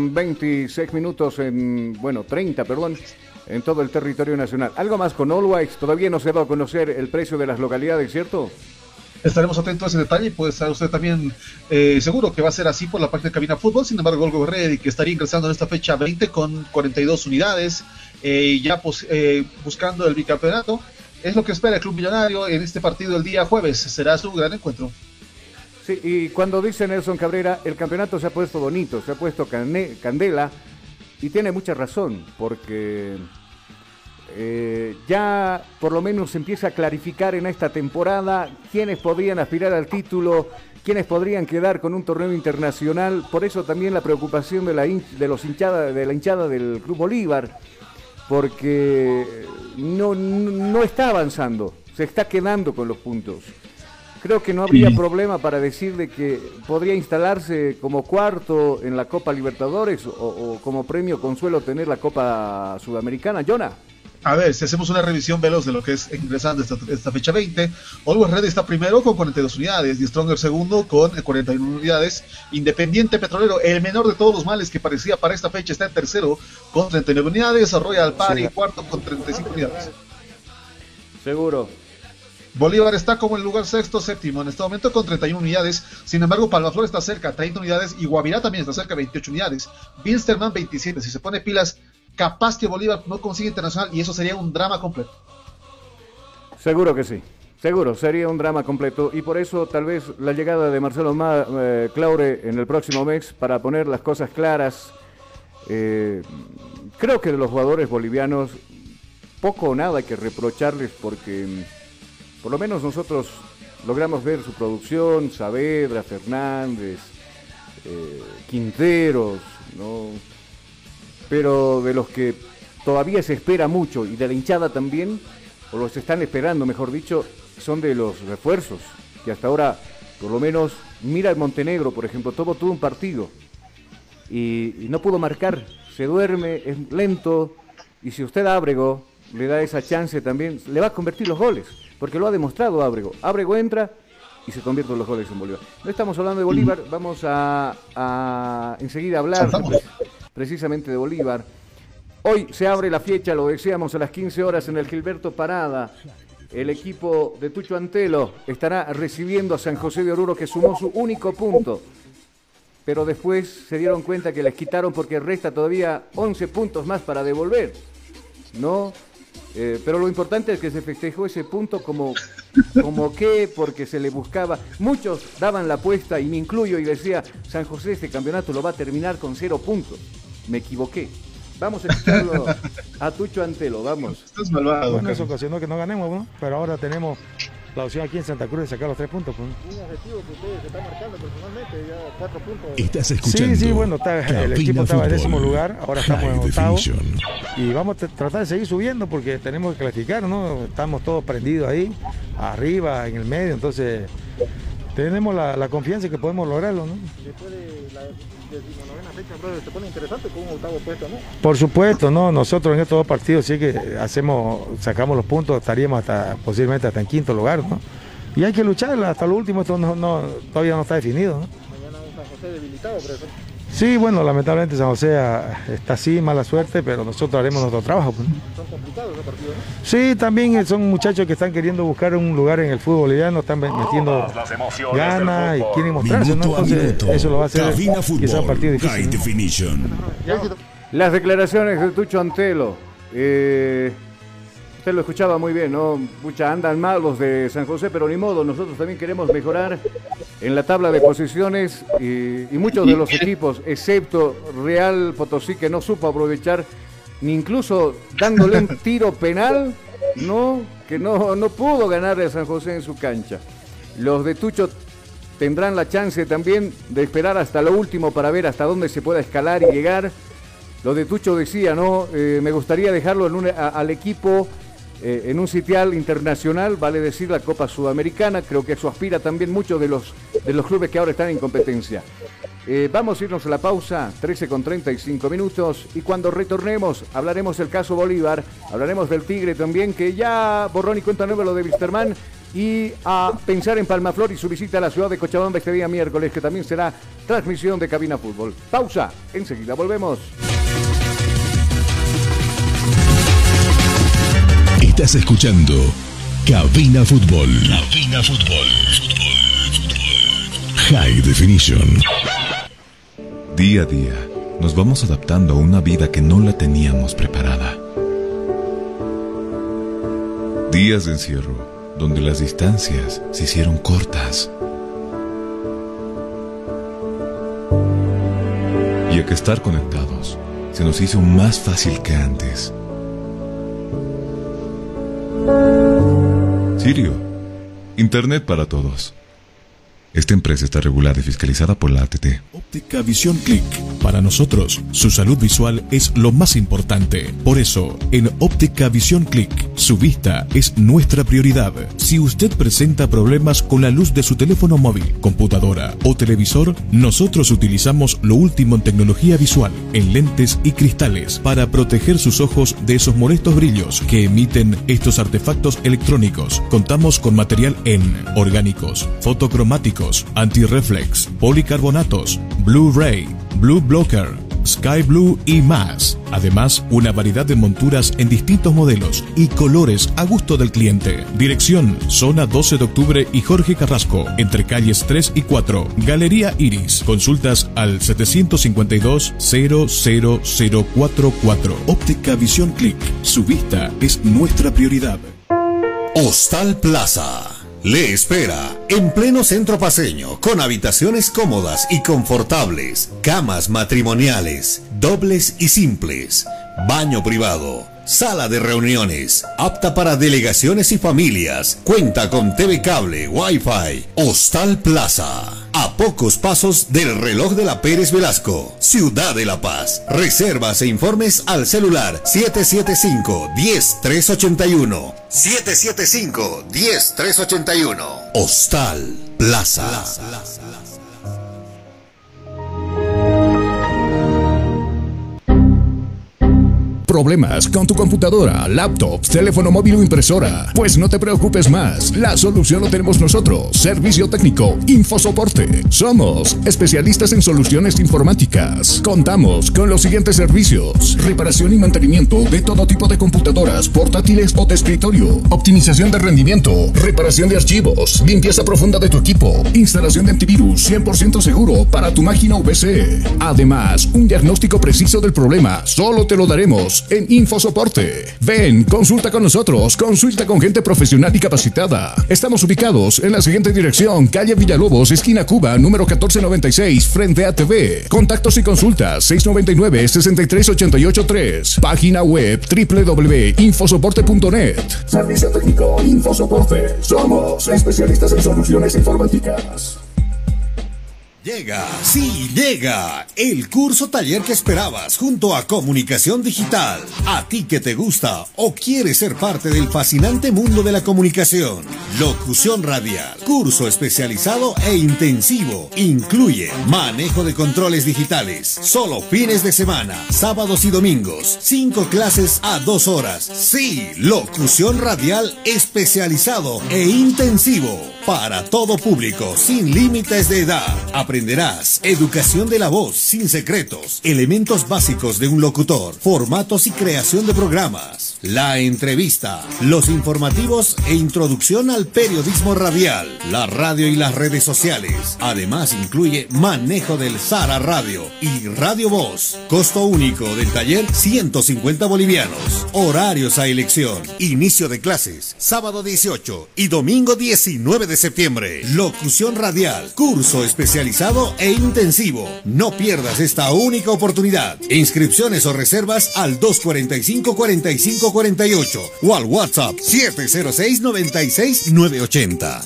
30 en todo el territorio nacional. Algo más con Always, todavía no se ha dado a conocer el precio de las localidades, ¿cierto? Estaremos atentos a ese detalle y puede estar usted también seguro que va a ser así por la parte de Cabina Fútbol. Sin embargo, Always Ready, que estaría ingresando en esta fecha 20 con 42 unidades, ya buscando el bicampeonato, es lo que espera el Club Millonario en este partido el día jueves. Será su gran encuentro. Sí, y cuando dice Nelson Cabrera, el campeonato se ha puesto bonito, se ha puesto candela, y tiene mucha razón, porque ya por lo menos se empieza a clarificar en esta temporada quiénes podrían aspirar al título, quiénes podrían quedar con un torneo internacional. Por eso también la preocupación de la hinchada del Club Bolívar, porque no está avanzando, se está quedando con los puntos. creo que no habría problema para decir de que podría instalarse como cuarto en la Copa Libertadores o como premio consuelo tener la Copa Sudamericana. Jonah. A ver, si hacemos una revisión veloz de lo que es ingresando esta fecha 20, Always Red está primero con 42 unidades, y Stronger segundo con 41 unidades, Independiente Petrolero, el menor de todos los males que parecía para esta fecha, está en tercero con 39 unidades, Royal Party cuarto con 35 unidades. Seguro. Bolívar está como en lugar sexto, séptimo en este momento con 31 unidades. Sin embargo, Palmaflor está cerca, 30 unidades, y Guavirá también está cerca, 28 unidades. Wilstermann 27. Si se pone pilas, capaz que Bolívar no consigue internacional y eso sería un drama completo. Seguro que sí. Seguro, sería un drama completo, y por eso tal vez la llegada de Marcelo Claure en el próximo mes para poner las cosas claras. Creo que de los jugadores bolivianos poco o nada hay que reprocharles, porque por lo menos nosotros logramos ver su producción, Saavedra, Fernández, Quinteros, ¿no? Pero de los que todavía se espera mucho, y de la hinchada también, o los están esperando, mejor dicho, son de los refuerzos, que hasta ahora, por lo menos, mira el Montenegro, por ejemplo, tuvo un partido y no pudo marcar, se duerme, es lento, y si usted a Ábrego le da esa chance también, le va a convertir los goles, porque lo ha demostrado Ábrego. Ábrego entra y se convierten los goles en Bolívar. No estamos hablando de Bolívar, vamos a enseguida hablar precisamente de Bolívar. Hoy se abre la fecha, lo decíamos, a las 15 horas en el Gilberto Parada. El equipo de Tucho Antelo estará recibiendo a San José de Oruro, que sumó su único punto, pero después se dieron cuenta que les quitaron porque resta todavía 11 puntos más para devolver, ¿no? Pero lo importante es que se festejó ese punto como que porque se le buscaba. Muchos daban la apuesta, y me incluyo, y decía, San José este campeonato lo va a terminar con 0 puntos. Me equivoqué. Vamos a escucharlo a Tucho Antelo, vamos. Estás malvado. Bueno, eso ocasionó que no ganemos, ¿no? Pero ahora tenemos la opción aquí en Santa Cruz de sacar los 3 puntos. Pues. Un objetivo que ustedes se están marcando personalmente, ya 4 puntos. Estás escuchando. Sí, bueno, el equipo estaba en 10º lugar, ahora estamos en 8º. Y vamos a tratar de seguir subiendo porque tenemos que clasificar, ¿no? Estamos todos prendidos ahí, arriba, en el medio, entonces tenemos la confianza de que podemos lograrlo, ¿no? Después de la 19ª fecha, brother, se pone interesante con un 8º puesto, ¿no? Por supuesto, ¿no? Nosotros en estos 2 partidos sí que sacamos los puntos, estaríamos posiblemente hasta en 5º lugar, ¿no? Y hay que luchar hasta lo último, esto todavía no está definido, ¿no? Mañana un San José debilitado, profesor. Sí, bueno, lamentablemente San José está así, mala suerte, pero nosotros haremos nuestro trabajo. Pues. ¿Son complicados esos partidos, no? Sí, también son muchachos que están queriendo buscar un lugar en el fútbol boliviano, están metiendo ganas y quieren mostrarse, ¿no? Entonces eso lo va a hacer quizá un partido difícil, ¿no? Las declaraciones de Tucho Antelo. Usted lo escuchaba muy bien, ¿no? Andan mal los de San José, pero ni modo, nosotros también queremos mejorar en la tabla de posiciones, y muchos de los equipos, excepto Real Potosí, que no supo aprovechar, ni incluso dándole un tiro penal, ¿no? Que no pudo ganarle a San José en su cancha. Los de Tucho tendrán la chance también de esperar hasta lo último para ver hasta dónde se pueda escalar y llegar. Lo de Tucho decía, ¿no? Me gustaría dejarlo al equipo en un sitial internacional, vale decir la Copa Sudamericana. Creo que eso aspira también muchos de los clubes que ahora están en competencia. Vamos a irnos a la pausa, 13:35, y cuando retornemos hablaremos del caso Bolívar, hablaremos del Tigre también, que ya borrón y cuenta nueva lo de Wilstermann, y a pensar en Palmaflor y su visita a la ciudad de Cochabamba este día miércoles, que también será transmisión de Cabina Fútbol. Pausa, enseguida volvemos. Estás escuchando Cabina Fútbol. Cabina Fútbol. High Definition. Día a día nos vamos adaptando a una vida que no la teníamos preparada. Días de encierro donde las distancias se hicieron cortas. Y a que estar conectados se nos hizo más fácil que antes. Sirio, Internet para todos. Esta empresa está regulada y fiscalizada por la ATT. Óptica Visión Click. Para Para nosotros, su salud visual es lo más importante. Por eso, en Óptica Visión Click, su vista es nuestra prioridad. Si usted presenta problemas con la luz de su teléfono móvil, computadora o televisor, nosotros utilizamos lo último en tecnología visual, en lentes y cristales, para proteger sus ojos de esos molestos brillos que emiten estos artefactos electrónicos. Contamos con material en orgánicos, fotocromáticos, anti-reflex, policarbonatos, Blu-ray, Blue Blocker, Sky Blue y más. Además, una variedad de monturas en distintos modelos y colores a gusto del cliente. Dirección: Zona 12 de Octubre y Jorge Carrasco, entre calles 3 y 4. Galería Iris. Consultas al 754-00044. Óptica Visión Click. Su vista es nuestra prioridad. Hostal Plaza le espera en pleno centro paceño, con habitaciones cómodas y confortables, camas matrimoniales, dobles y simples, baño privado, sala de reuniones, apta para delegaciones y familias, cuenta con TV cable, Wi-Fi. Hostal Plaza, a pocos pasos del reloj de la Pérez Velasco, Ciudad de La Paz. Reservas e informes al celular 775-10381. 775-10381. Hostal Plaza. ¿Problemas con tu computadora, laptop, teléfono móvil o impresora? Pues no te preocupes más, la solución lo tenemos nosotros. Servicio técnico, Infosoporte. Somos especialistas en soluciones informáticas. Contamos con los siguientes servicios: reparación y mantenimiento de todo tipo de computadoras, portátiles o de escritorio, optimización de rendimiento, reparación de archivos, limpieza profunda de tu equipo, instalación de antivirus 100% seguro para tu máquina o PC. Además, un diagnóstico preciso del problema solo te lo daremos en Infosoporte. Ven, consulta con nosotros, consulta con gente profesional y capacitada. Estamos ubicados en la siguiente dirección: calle Villalobos, esquina Cuba, número 1496, frente a TV. Contactos y consultas 699-63883. Página web www.infosoporte.net. Servicio técnico Infosoporte. Somos especialistas en soluciones informáticas. Llega, sí, llega el curso taller que esperabas junto a Comunicación Digital. A ti que te gusta o quieres ser parte del fascinante mundo de la comunicación. Locución radial, curso especializado e intensivo. Incluye manejo de controles digitales, solo fines de semana, sábados y domingos. 5 clases a 2 horas. Sí, locución radial especializado e intensivo. Para todo público, sin límites de edad. Aprenderás educación de la voz sin secretos, elementos básicos de un locutor, formatos y creación de programas, la entrevista, los informativos e introducción al periodismo radial, la radio y las redes sociales. Además incluye manejo del Sara Radio y Radio Voz. Costo único del taller 150 bolivianos. Horarios a elección. Inicio de clases sábado 18 y domingo 19 de septiembre. Locución radial, curso especializado e intensivo. No pierdas esta única oportunidad. Inscripciones o reservas al 245-4548 o al WhatsApp 706-96-980.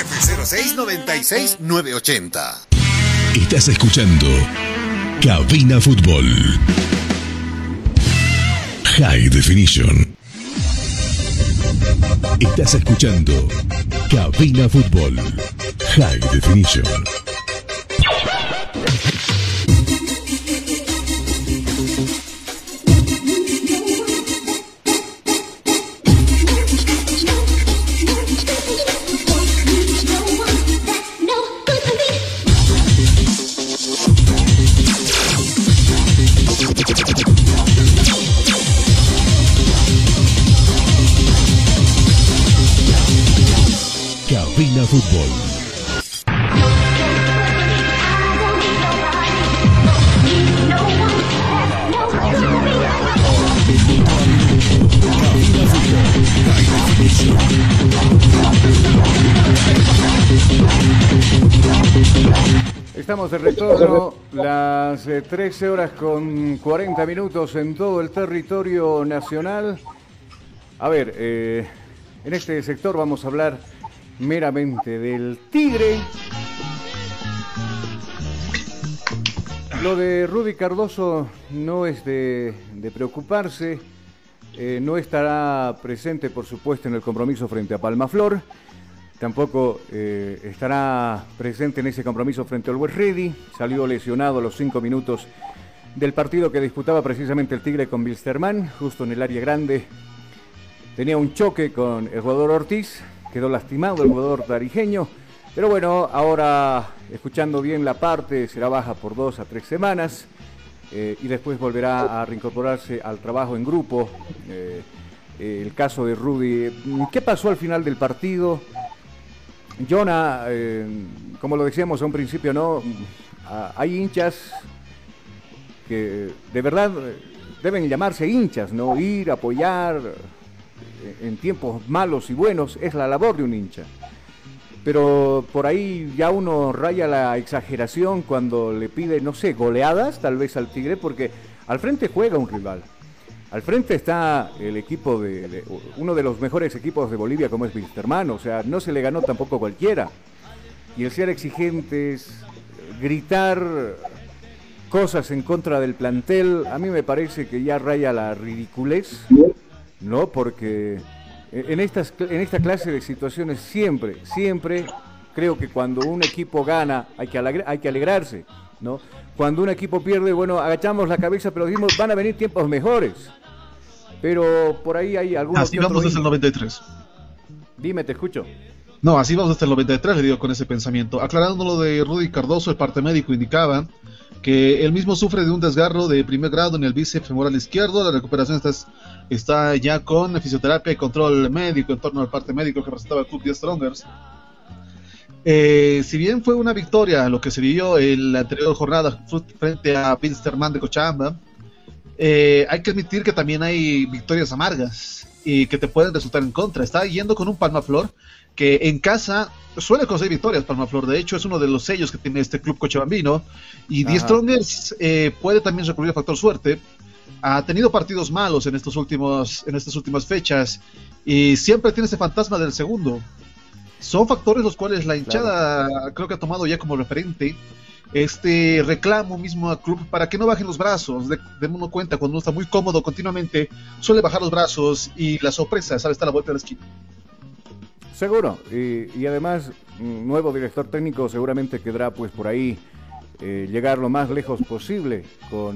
706-96-980. Estás escuchando Cabina Fútbol High Definition. Estás escuchando Cabina Fútbol High Definition. Cabina Fútbol. Estamos de retorno, las 13 horas con 40 minutos en todo el territorio nacional. A ver, en este sector vamos a hablar meramente del Tigre. Lo de Rudy Cardoso no es de preocuparse. No estará presente, por supuesto, en el compromiso frente a Palmaflor. Tampoco estará presente en ese compromiso frente al Always Ready. Salió lesionado a los 5 minutos del partido que disputaba precisamente el Tigre con Wilstermann, justo en el área grande. Tenía un choque con el jugador Ortiz, quedó lastimado el jugador tarijeño. Pero bueno, ahora, escuchando bien la parte, será baja por 2 a 3 semanas. Y después volverá a reincorporarse al trabajo en grupo. El caso de Rudy. ¿Qué pasó al final del partido? Jonah, como lo decíamos a un principio, ¿no? Hay hinchas que de verdad deben llamarse hinchas, ¿no? Ir, apoyar en tiempos malos y buenos es la labor de un hincha. Pero por ahí ya uno raya la exageración cuando le pide, no sé, goleadas tal vez al Tigre, porque al frente juega un rival. Al frente está el equipo de uno de los mejores equipos de Bolivia, como es Wilstermann. O sea, no se le ganó tampoco cualquiera. Y el ser exigentes, gritar cosas en contra del plantel, a mí me parece que ya raya la ridiculez, ¿no? Porque en esta clase de situaciones siempre creo que cuando un equipo gana hay que alegrarse, ¿no? Cuando un equipo pierde, bueno, agachamos la cabeza, pero decimos, van a venir tiempos mejores. Pero por ahí hay algunos... Así vamos desde el 93. Dime, te escucho. No, así vamos desde el 93, le digo, con ese pensamiento. Aclarando lo de Rudy Cardoso, el parte médico indicaba que él mismo sufre de un desgarro de primer grado en el bíceps femoral izquierdo. La recuperación está ya con fisioterapia y control médico en torno al parte médico que presentaba el club The Strongers. Si bien fue una victoria lo que se vivió en la anterior jornada frente a Wilstermann de Cochabamba, hay que admitir que también hay victorias amargas y que te pueden resultar en contra. Está yendo con un Palmaflor que en casa suele conseguir victorias. Palmaflor, de hecho, es uno de los sellos que tiene este club cochabambino. Y The Strongers puede también recurrir al factor suerte. Ha tenido partidos malos en estas últimas fechas y siempre tiene ese fantasma del segundo. Son factores los cuales la hinchada creo que ha tomado ya como referente este reclamo mismo al club para que no bajen los brazos. Démonos cuenta, cuando uno está muy cómodo continuamente, suele bajar los brazos y la sorpresa sabe estar a la vuelta de la esquina. Seguro, y además, nuevo director técnico seguramente querrá pues por ahí llegar lo más lejos posible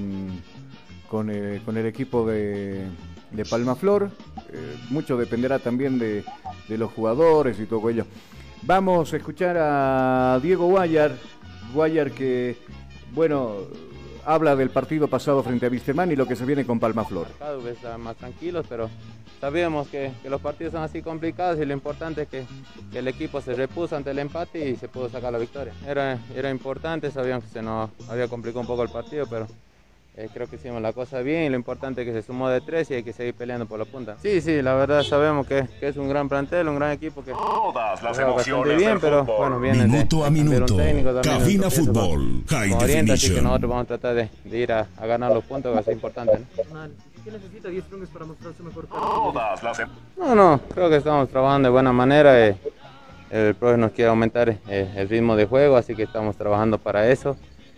con el equipo de Palmaflor. Mucho dependerá también de los jugadores y todo ello. Vamos a escuchar a Diego Guayar que, bueno, habla del partido pasado frente a Wilstermann y lo que se viene con Palmaflor. Están más tranquilos, pero sabíamos que los partidos son así complicados y lo importante es que el equipo se repuso ante el empate y se pudo sacar la victoria. Era importante, sabíamos que se nos había complicado un poco el partido, pero creo que hicimos la cosa bien y lo importante es que se sumó de 3 y hay que seguir peleando por la punta. Sí, la verdad sabemos que es un gran plantel, un gran equipo que todas las bastante bien, pero bueno, viene minuto a minuto. Cabina Fútbol, High Definition. Así que nosotros vamos a tratar de ir a ganar los puntos, que es importante, ¿no? ¿Qué necesita The Strongers para mostrarse mejor? No, creo que estamos trabajando de buena manera. El profe nos quiere aumentar el ritmo de juego, así que estamos trabajando para eso.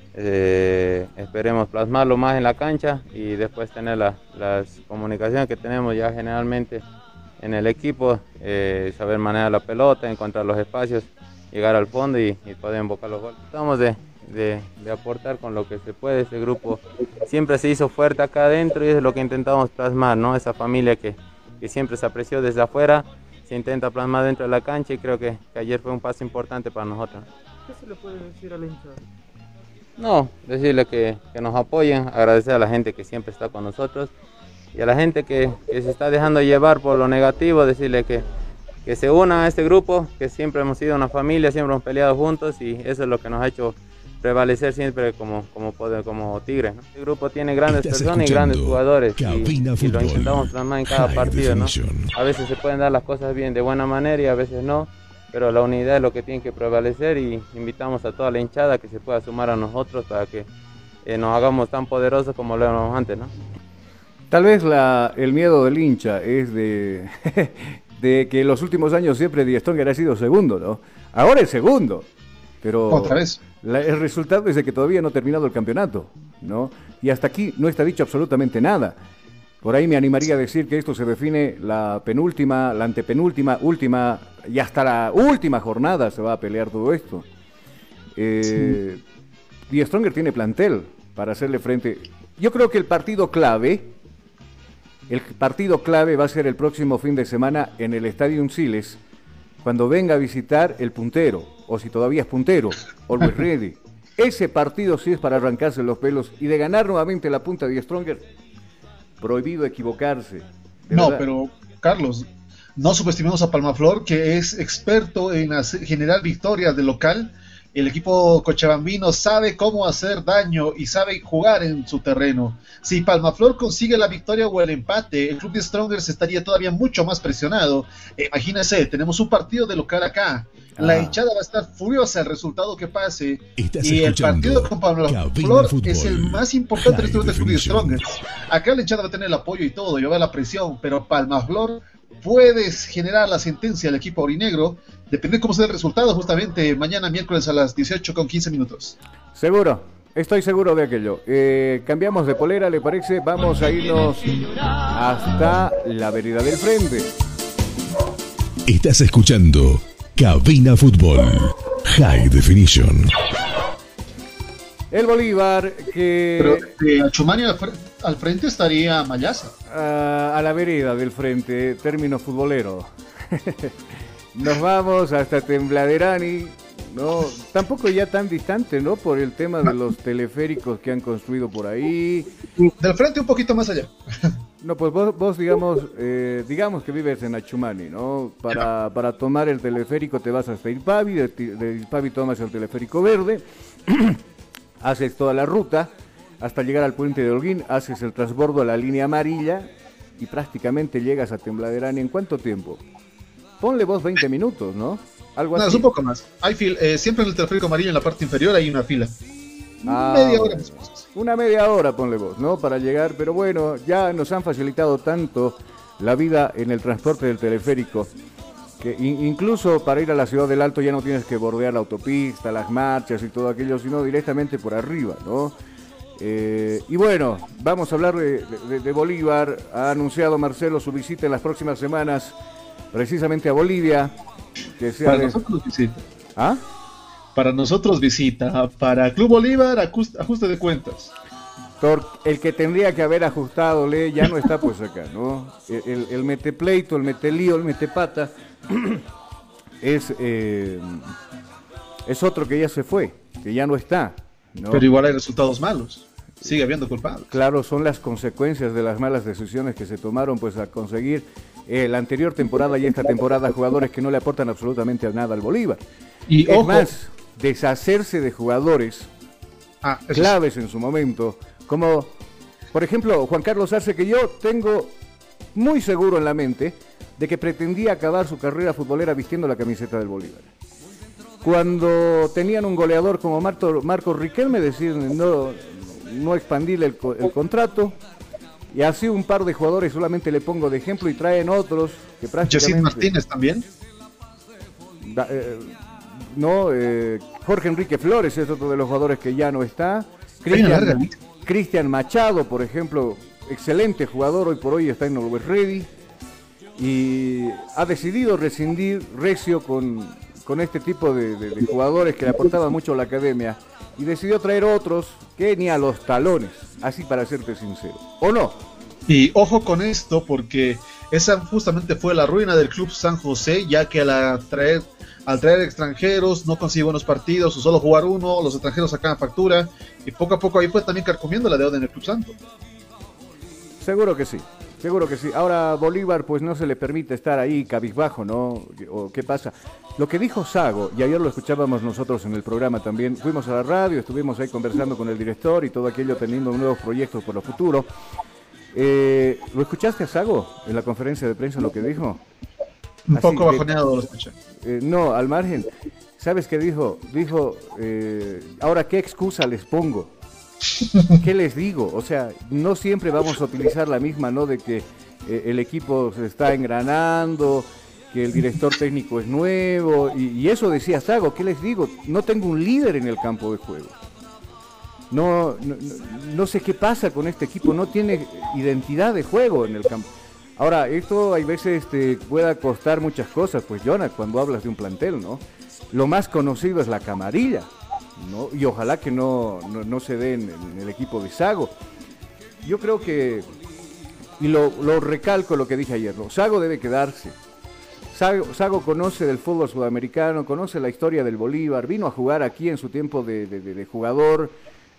Esperemos plasmarlo más en la cancha y después tener las comunicaciones que tenemos ya generalmente en el equipo, saber manejar la pelota, encontrar los espacios, llegar al fondo y poder invocar los goles. Tratamos de aportar con lo que se puede. Este grupo siempre se hizo fuerte acá adentro y es lo que intentamos plasmar, ¿no? Esa familia que siempre se apreció desde afuera, se intenta plasmar dentro de la cancha y creo que ayer fue un paso importante para nosotros. ¿Qué se le puede decir a la hinchada? No, decirle que nos apoyen, agradecer a la gente que siempre está con nosotros y a la gente que se está dejando llevar por lo negativo, decirle que se unan a este grupo, que siempre hemos sido una familia, siempre hemos peleado juntos y eso es lo que nos ha hecho prevalecer siempre como Tigres, ¿no? Este grupo tiene grandes personas y grandes jugadores y lo intentamos plasmar en cada partido, ¿no? A veces se pueden dar las cosas bien de buena manera y a veces no, pero la unidad es lo que tiene que prevalecer y invitamos a toda la hinchada que se pueda sumar a nosotros para que nos hagamos tan poderosos como lo éramos antes, ¿no? Tal vez el miedo del hincha es de que en los últimos años siempre The Strongers ha sido segundo, ¿no? Ahora es segundo, pero otra vez. El resultado es de que todavía no ha terminado el campeonato, ¿no? Y hasta aquí no está dicho absolutamente nada. Por ahí me animaría a decir que esto se define la penúltima, la antepenúltima, última y hasta la última jornada se va a pelear todo esto. Die Stronger tiene plantel para hacerle frente. Yo creo que el partido clave va a ser el próximo fin de semana en el Estadio Siles, cuando venga a visitar el puntero, o si todavía es puntero, Always Ready. Ese partido sí es para arrancarse los pelos y de ganar nuevamente la punta de Die Stronger. Prohibido equivocarse. No, verdad. Pero Carlos, no subestimemos a Palmaflor, que es experto en generar victorias de local. El equipo cochabambino sabe cómo hacer daño y sabe jugar en su terreno. Si Palmaflor consigue la victoria o el empate, el club de Strongers estaría todavía mucho más presionado. Imagínense, tenemos un partido de local acá. La hinchada va a estar furiosa el resultado que pase. Y el partido con Palmaflor es el más importante del club de Strongers. Acá la hinchada va a tener el apoyo y todo, y va a haber la presión, pero Palmaflor puedes generar la sentencia al equipo aurinegro, depende de cómo sea el resultado, justamente mañana miércoles a las 18:15. Seguro, estoy seguro de aquello. Cambiamos de polera, ¿le parece? Vamos a irnos hasta la vereda del frente. Estás escuchando Cabina Fútbol High Definition. El Bolívar que... Pero Achumani al frente estaría Mayasa. A la vereda del frente, término futbolero. Nos vamos hasta Tembladerani, ¿no? Tampoco ya tan distante, ¿no? Por el tema de los teleféricos que han construido por ahí. Del frente un poquito más allá. No, pues vos digamos que vives en Achumani, ¿no? Para tomar el teleférico te vas hasta Ilpavi, de Ilpavi tomas el teleférico verde. Haces toda la ruta hasta llegar al puente de Holguín, haces el transbordo a la línea amarilla y prácticamente llegas a Tembladerani. ¿En cuánto tiempo? Ponle vos 20 minutos, ¿no? Algo así. No, es un poco más. Hay siempre en el teleférico amarillo en la parte inferior hay una fila. Media hora más o menos. Una media hora, ponle vos, ¿no? Para llegar, pero bueno, ya nos han facilitado tanto la vida en el transporte del teleférico que incluso para ir a la Ciudad del Alto ya no tienes que bordear la autopista, las marchas y todo aquello, sino directamente por arriba, ¿no? Y bueno, vamos a hablar de Bolívar. Ha anunciado Marcelo su visita en las próximas semanas, precisamente a Bolivia. Que sea para nosotros visita. ¿Ah? Para nosotros visita, para Club Bolívar ajuste de cuentas. El que tendría que haber ajustadole ya no está pues acá, ¿no? El metepleito, el metelío, el metepata es otro que ya se fue, que ya no está, ¿no? Pero igual hay resultados malos, sigue habiendo culpables. Claro, son las consecuencias de las malas decisiones que se tomaron pues a conseguir la anterior temporada y esta temporada jugadores que no le aportan absolutamente nada al Bolívar. Y es más, deshacerse de jugadores claves en su momento, como por ejemplo Juan Carlos Arce, que yo tengo muy seguro en la mente de que pretendía acabar su carrera futbolera vistiendo la camiseta del Bolívar. Cuando tenían un goleador como Marco Riquelme, deciden no expandirle el contrato, y así un par de jugadores solamente le pongo de ejemplo y traen otros que prácticamente... ¿José Martínez también? Jorge Enrique Flores es otro de los jugadores que ya no está. Cristian Machado, por ejemplo, excelente jugador, hoy por hoy está en Always Ready y ha decidido rescindir recio con este tipo de jugadores que le aportaban mucho a la academia y decidió traer otros que ni a los talones, así para serte sincero, ¿o no? Y ojo con esto, porque esa justamente fue la ruina del Club San José, ya que al traer extranjeros no consiguió buenos partidos, o solo jugar uno, los extranjeros sacaban factura, y poco a poco ahí fue también carcomiendo la deuda en el Club Santo. Seguro que sí. Ahora Bolívar pues no se le permite estar ahí cabizbajo, ¿no? ¿O qué pasa? Lo que dijo Sago, y ayer lo escuchábamos nosotros en el programa también, fuimos a la radio, estuvimos ahí conversando con el director y todo aquello, teniendo nuevos proyectos por lo futuro. ¿Lo escuchaste a Sago en la conferencia de prensa lo que dijo? Un poco bajoneado lo escuché. No, al margen. ¿Sabes qué dijo? Dijo, ahora qué excusa les pongo. ¿Qué les digo? O sea, no siempre vamos a utilizar la misma, ¿no? De que el equipo se está engranando que el director técnico es nuevo, y eso decía Sago. ¿Qué les digo? No tengo un líder en el campo de juego. No sé qué pasa con este equipo, no tiene identidad de juego en el campo. Ahora, esto hay veces pueda costar muchas cosas, pues, Jonah, cuando hablas de un plantel, ¿no? Lo más conocido es la camarilla, ¿no? Y ojalá que no se dé en el equipo de Sago. Yo creo que, y lo recalco lo que dije ayer, ¿no? Sago debe quedarse. Sago conoce del fútbol sudamericano, conoce la historia del Bolívar, vino a jugar aquí en su tiempo de jugador,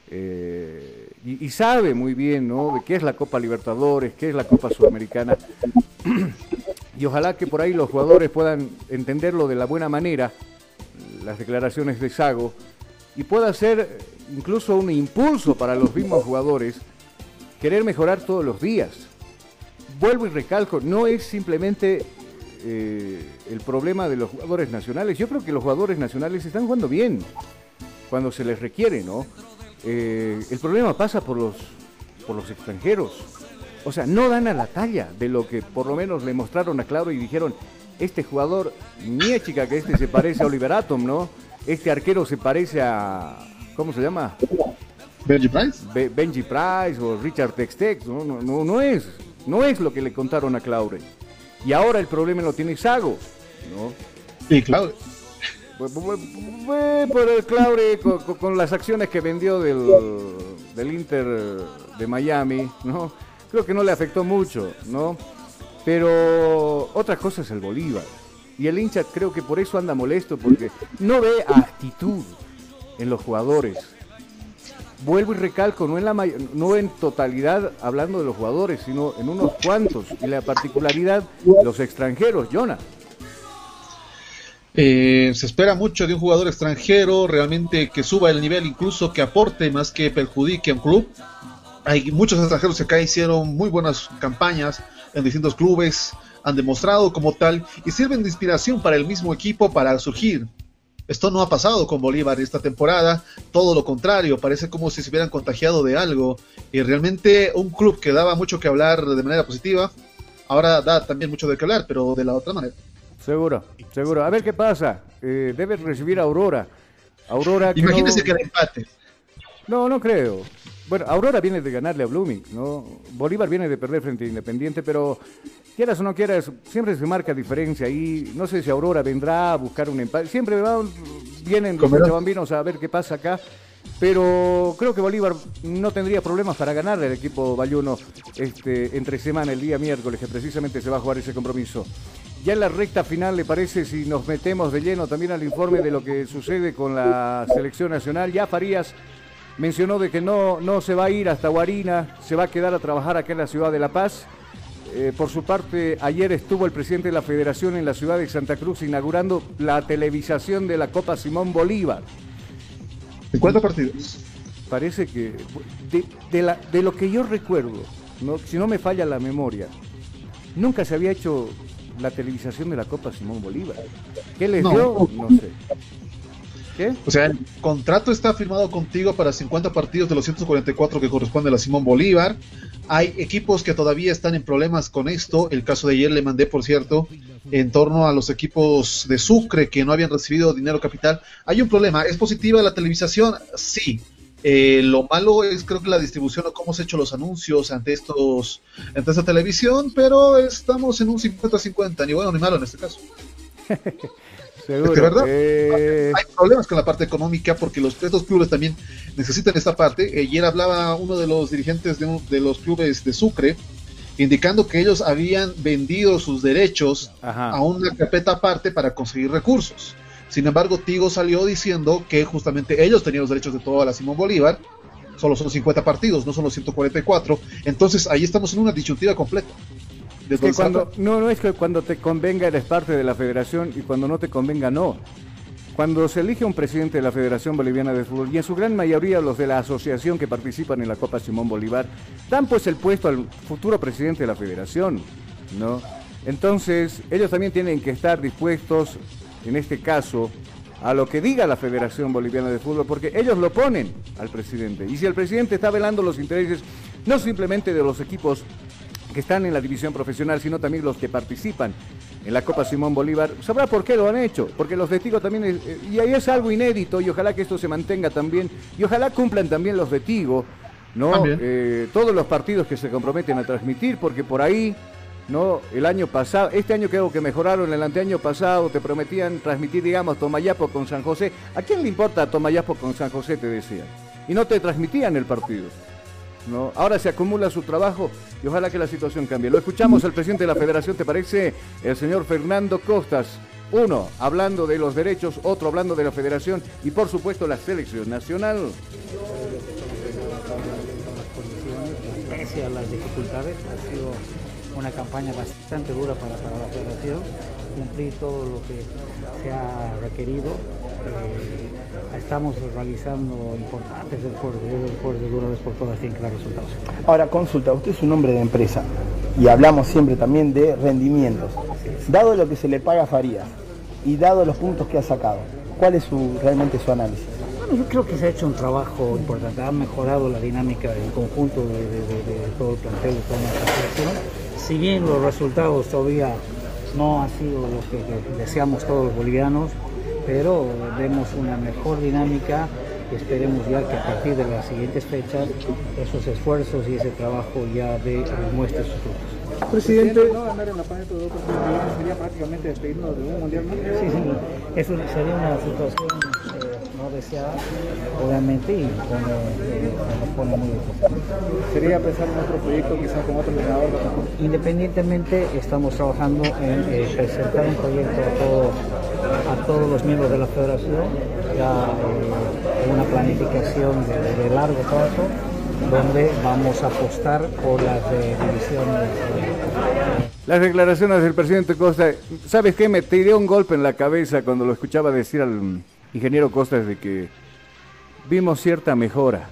y sabe muy bien, ¿no?, de qué es la Copa Libertadores, qué es la Copa Sudamericana. Y ojalá que por ahí los jugadores puedan entenderlo de la buena manera, las declaraciones de Sago, y pueda ser incluso un impulso para los mismos jugadores querer mejorar todos los días. Vuelvo y recalco, no es simplemente el problema de los jugadores nacionales. Yo creo que los jugadores nacionales están jugando bien cuando se les requiere, ¿no? El problema pasa por los extranjeros. O sea, no dan a la talla de lo que por lo menos le mostraron a Claro y dijeron, este jugador, ni es chica que se parece a Oliver Atom, ¿no? Este arquero se parece a, ¿cómo se llama? Benji Price. Benji Price o Richard Tex-Tex, no es lo que le contaron a Claure. Y ahora el problema lo tiene Sago, ¿no? Sí, Claure. Por el Claure con las acciones que vendió del Inter de Miami, ¿no? Creo que no le afectó mucho, ¿no? Pero otra cosa es el Bolívar. Y el hincha creo que por eso anda molesto, porque no ve actitud en los jugadores. Vuelvo y recalco, no en totalidad hablando de los jugadores, sino en unos cuantos. Y la particularidad, los extranjeros, Jonah. Se espera mucho de un jugador extranjero, realmente que suba el nivel, incluso que aporte más que perjudique a un club. Hay muchos extranjeros que acá hicieron muy buenas campañas en distintos clubes, han demostrado como tal y sirven de inspiración para el mismo equipo para surgir. Esto no ha pasado con Bolívar esta temporada, todo lo contrario, parece como si se hubieran contagiado de algo, y realmente un club que daba mucho que hablar de manera positiva, ahora da también mucho de qué hablar, pero de la otra manera. Seguro. A ver qué pasa. Debe recibir a Aurora. Imagínese que era empate. No creo. Bueno, Aurora viene de ganarle a Blooming, ¿no? Bolívar viene de perder frente a Independiente, pero quieras o no quieras, siempre se marca diferencia ahí. No sé si Aurora vendrá a buscar un empate. Siempre vienen los cochabambinos a ver qué pasa acá. Pero creo que Bolívar no tendría problemas para ganarle al equipo bayuno entre semana, el día miércoles, que precisamente se va a jugar ese compromiso. Ya en la recta final, ¿le parece si nos metemos de lleno también al informe de lo que sucede con la selección nacional? Ya Farías mencionó de que no se va a ir hasta Guarina, se va a quedar a trabajar acá en la ciudad de La Paz. Por su parte, ayer estuvo el presidente de la Federación en la ciudad de Santa Cruz inaugurando la televisación de la Copa Simón Bolívar. ¿En cuántos partidos? Parece que de lo que yo recuerdo, ¿no? Si no me falla la memoria, nunca se había hecho la televisación de la Copa Simón Bolívar. ¿Qué les dio? No sé. ¿Qué? O sea, el contrato está firmado contigo para 50 partidos de los 144 que corresponde a la Simón Bolívar. Hay equipos que todavía están en problemas con esto. El caso de ayer le mandé, por cierto, en torno a los equipos de Sucre que no habían recibido dinero capital. Hay un problema. ¿Es positiva la televisación? Sí. Lo malo es, creo que la distribución o cómo se han hecho los anuncios ante esta televisión, pero estamos en un 50-50, ni bueno ni malo en este caso. Seguro. Es que, ¿verdad? Hay problemas con la parte económica porque estos clubes también necesitan esta parte. Ayer hablaba uno de los dirigentes de los clubes de Sucre, indicando que ellos habían vendido sus derechos a una carpeta aparte para conseguir recursos. Sin embargo, Tigo salió diciendo que justamente ellos tenían los derechos de toda la Simón Bolívar. Solo son 50 partidos, no son los 144. Entonces ahí estamos en una disyuntiva completa. Es que no es que cuando te convenga eres parte de la federación y cuando no te convenga no. Cuando se elige un presidente de la Federación Boliviana de Fútbol, y en su gran mayoría los de la asociación que participan en la Copa Simón Bolívar, dan pues el puesto al futuro presidente de la federación, ¿no? Entonces ellos también tienen que estar dispuestos, en este caso, a lo que diga la Federación Boliviana de Fútbol, porque ellos lo ponen al presidente. Y si el presidente está velando los intereses, no simplemente de los equipos que están en la división profesional, sino también los que participan en la Copa Simón Bolívar. Sabrá por qué lo han hecho, porque los de Tigo también, y ahí es algo inédito, y ojalá que esto se mantenga también, y ojalá cumplan también los de Tigo, ¿no? Todos los partidos que se comprometen a transmitir, porque por ahí, ¿no? El año pasado, este año creo que mejoraron, el anteaño pasado te prometían transmitir, digamos, Tomayapo con San José. ¿A quién le importa Tomayapo con San José? Te decían. Y no te transmitían el partido, ¿no? Ahora se acumula su trabajo y ojalá que la situación cambie. Lo escuchamos al presidente de la federación, ¿te parece? El señor Fernando Costas. Uno hablando de los derechos, otro hablando de la federación y por supuesto la selección nacional. Pese a las dificultades, ha sido una campaña bastante dura para la federación, cumplir todo lo que se ha requerido. Estamos realizando importantes esfuerzos de una vez por todas tienen claros resultados. Ahora, consulta, usted es un hombre de empresa y hablamos siempre también de rendimientos. Dado lo que se le paga a Farías y dado los puntos que ha sacado, ¿cuál es realmente su análisis? Bueno, yo creo que se ha hecho un trabajo importante, ha mejorado la dinámica en conjunto de todo el plantel, de toda nuestra selección. Si bien los resultados todavía no han sido lo que deseamos todos los bolivianos, pero vemos una mejor dinámica y esperemos ya que a partir de las siguientes fechas esos esfuerzos y ese trabajo ya muestre sus frutos. Presidente, ¿no ganar en la página de otros mundiales sería prácticamente despedirnos de un mundial más? Sí, eso sería una situación no deseada, obviamente, y nos pone muy difícil. ¿Sería pensar en otro proyecto, quizás con otro entrenador? Independientemente, estamos trabajando en presentar un proyecto a todos los miembros de la federación, ya una planificación de largo plazo, donde vamos a apostar por las divisiones. Las declaraciones del presidente Costa, ¿sabes qué? Me tiré un golpe en la cabeza cuando lo escuchaba decir al ingeniero Costas de que vimos cierta mejora.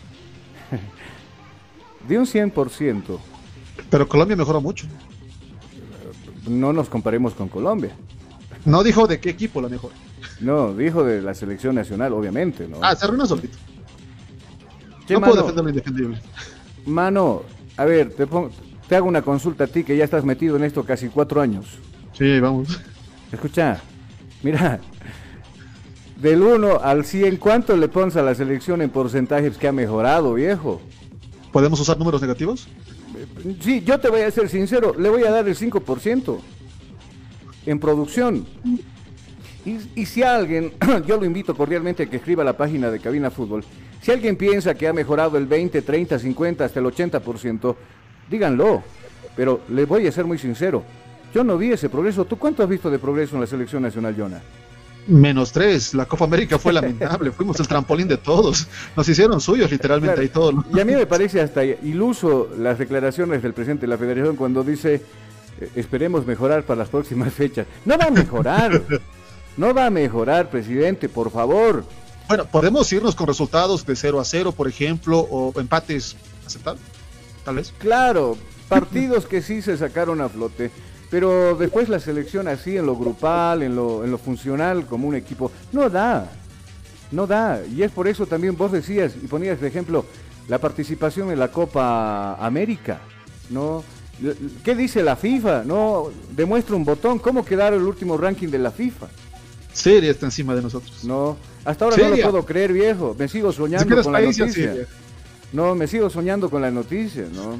De un 100%. Pero Colombia mejoró mucho. No nos comparemos con Colombia. No dijo de qué equipo la mejor. No, dijo de la selección nacional, obviamente, ¿no? Se arruinó solito. Che, no puedo defender lo indefendible. Mano, a ver, te hago una consulta a ti que ya estás metido en esto casi 4 años. Sí, vamos. Escucha, mira, del 1 al 100, ¿cuánto le pones a la selección en porcentajes que ha mejorado, viejo? ¿Podemos usar números negativos? Sí, yo te voy a ser sincero, le voy a dar el 5% en producción. Y si alguien, yo lo invito cordialmente a que escriba a la página de Cabina Fútbol, si alguien piensa que ha mejorado el 20, 30, 50, hasta el 80%, díganlo, pero le voy a ser muy sincero, yo no vi ese progreso. ¿Tú cuánto has visto de progreso en la selección nacional, Jonah? -3, la Copa América fue lamentable, fuimos el trampolín de todos, nos hicieron suyos literalmente, claro, ahí todo, ¿no? Y a mí me parece hasta iluso las declaraciones del presidente de la federación cuando dice, esperemos mejorar para las próximas fechas. No va a mejorar, no va a mejorar, presidente, por favor. Bueno, podemos irnos con resultados de 0-0, por ejemplo, o empates aceptables, tal vez. Claro, partidos que sí se sacaron a flote. Pero después la selección así en lo grupal, en lo funcional, como un equipo, no da. Y es por eso también vos decías y ponías de ejemplo la participación en la Copa América, ¿no? ¿Qué dice la FIFA? No, demuestra un botón. ¿Cómo quedaron el último ranking de la FIFA? Siria está encima de nosotros. No, hasta ahora no lo puedo creer, viejo. Me sigo soñando con la noticia. No, me sigo soñando con la noticia, ¿no?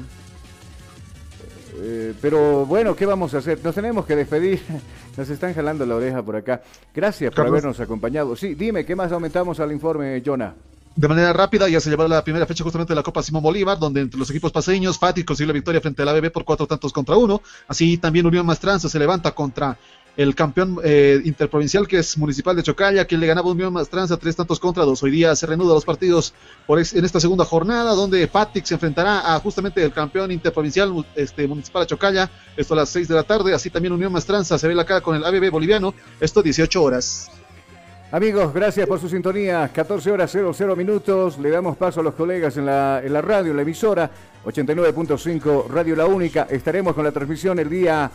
Pero bueno, ¿qué vamos a hacer? Nos tenemos que despedir. Nos están jalando la oreja por acá. Gracias por habernos acompañado. Sí, dime, ¿qué más aumentamos al informe, Jonah? De manera rápida, ya se llevó la primera fecha justamente de la Copa Simón Bolívar, donde entre los equipos paseños, Fatih consiguió la victoria frente al ABB por 4-1. Así también Unión Mastranza se levanta contra el campeón interprovincial, que es Municipal de Chocalla, que le ganaba a Unión Mastranza 3-2. Hoy día se reanudan los partidos en esta segunda jornada, donde Fatih se enfrentará a justamente el campeón interprovincial Municipal de Chocalla, esto a las 6 de la tarde. Así también Unión Mastranza se ve la cara con el ABB boliviano, esto 18 horas. Amigos, gracias por su sintonía. 14:00. Le damos paso a los colegas en la radio, en la emisora 89.5 Radio La Única. Estaremos con la transmisión el día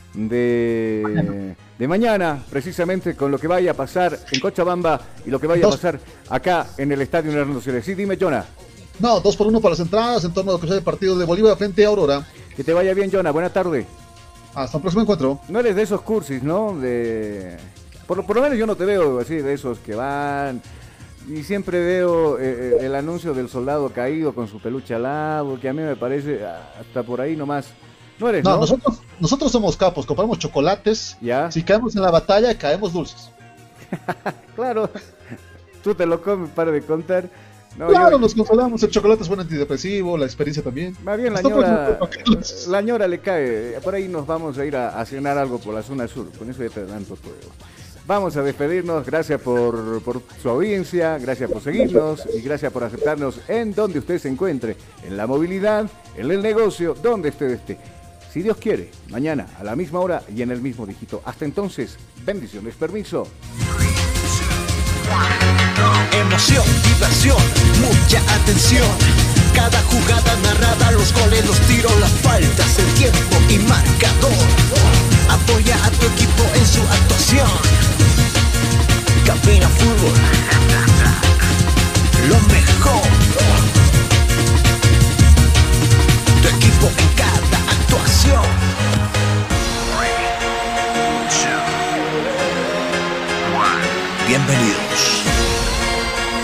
de mañana, precisamente con lo que vaya a pasar en Cochabamba y lo que vaya a pasar acá en el Estadio Hernando Siles. Sí, dime, Jonah. No, 2-1 para las entradas en torno a lo que sea el partido de Bolívar frente a Aurora. Que te vaya bien, Jonah. Buena tarde. Hasta el próximo encuentro. No eres de esos cursis, ¿no? Por lo menos yo no te veo así de esos que van y siempre veo el anuncio del soldado caído con su peluche al lado, que a mí me parece hasta por ahí nomás. No eres, ¿no? Nosotros somos capos, compramos chocolates. ¿Ya? Si caemos en la batalla, caemos dulces. Claro. Tú te lo comes, para de contar. No, claro, nos consolamos. El chocolate es buen antidepresivo, la experiencia también. Más bien la ñora le cae. Por ahí nos vamos a ir a cenar algo por la zona sur. Con eso ya te adelanto todo. Vamos a despedirnos. Gracias por su audiencia, gracias por seguirnos y gracias por aceptarnos en donde usted se encuentre. En la movilidad, en el negocio, donde usted esté. Si Dios quiere, mañana a la misma hora y en el mismo dígito. Hasta entonces, bendiciones, permiso. Emoción, diversión, mucha atención. Cada jugada narrada, los goles, los tiros, las faltas, el tiempo y marcador. Apoya a tu equipo en su actuación. Cabina Fútbol, lo mejor. Tu equipo en cada actuación. Bienvenidos.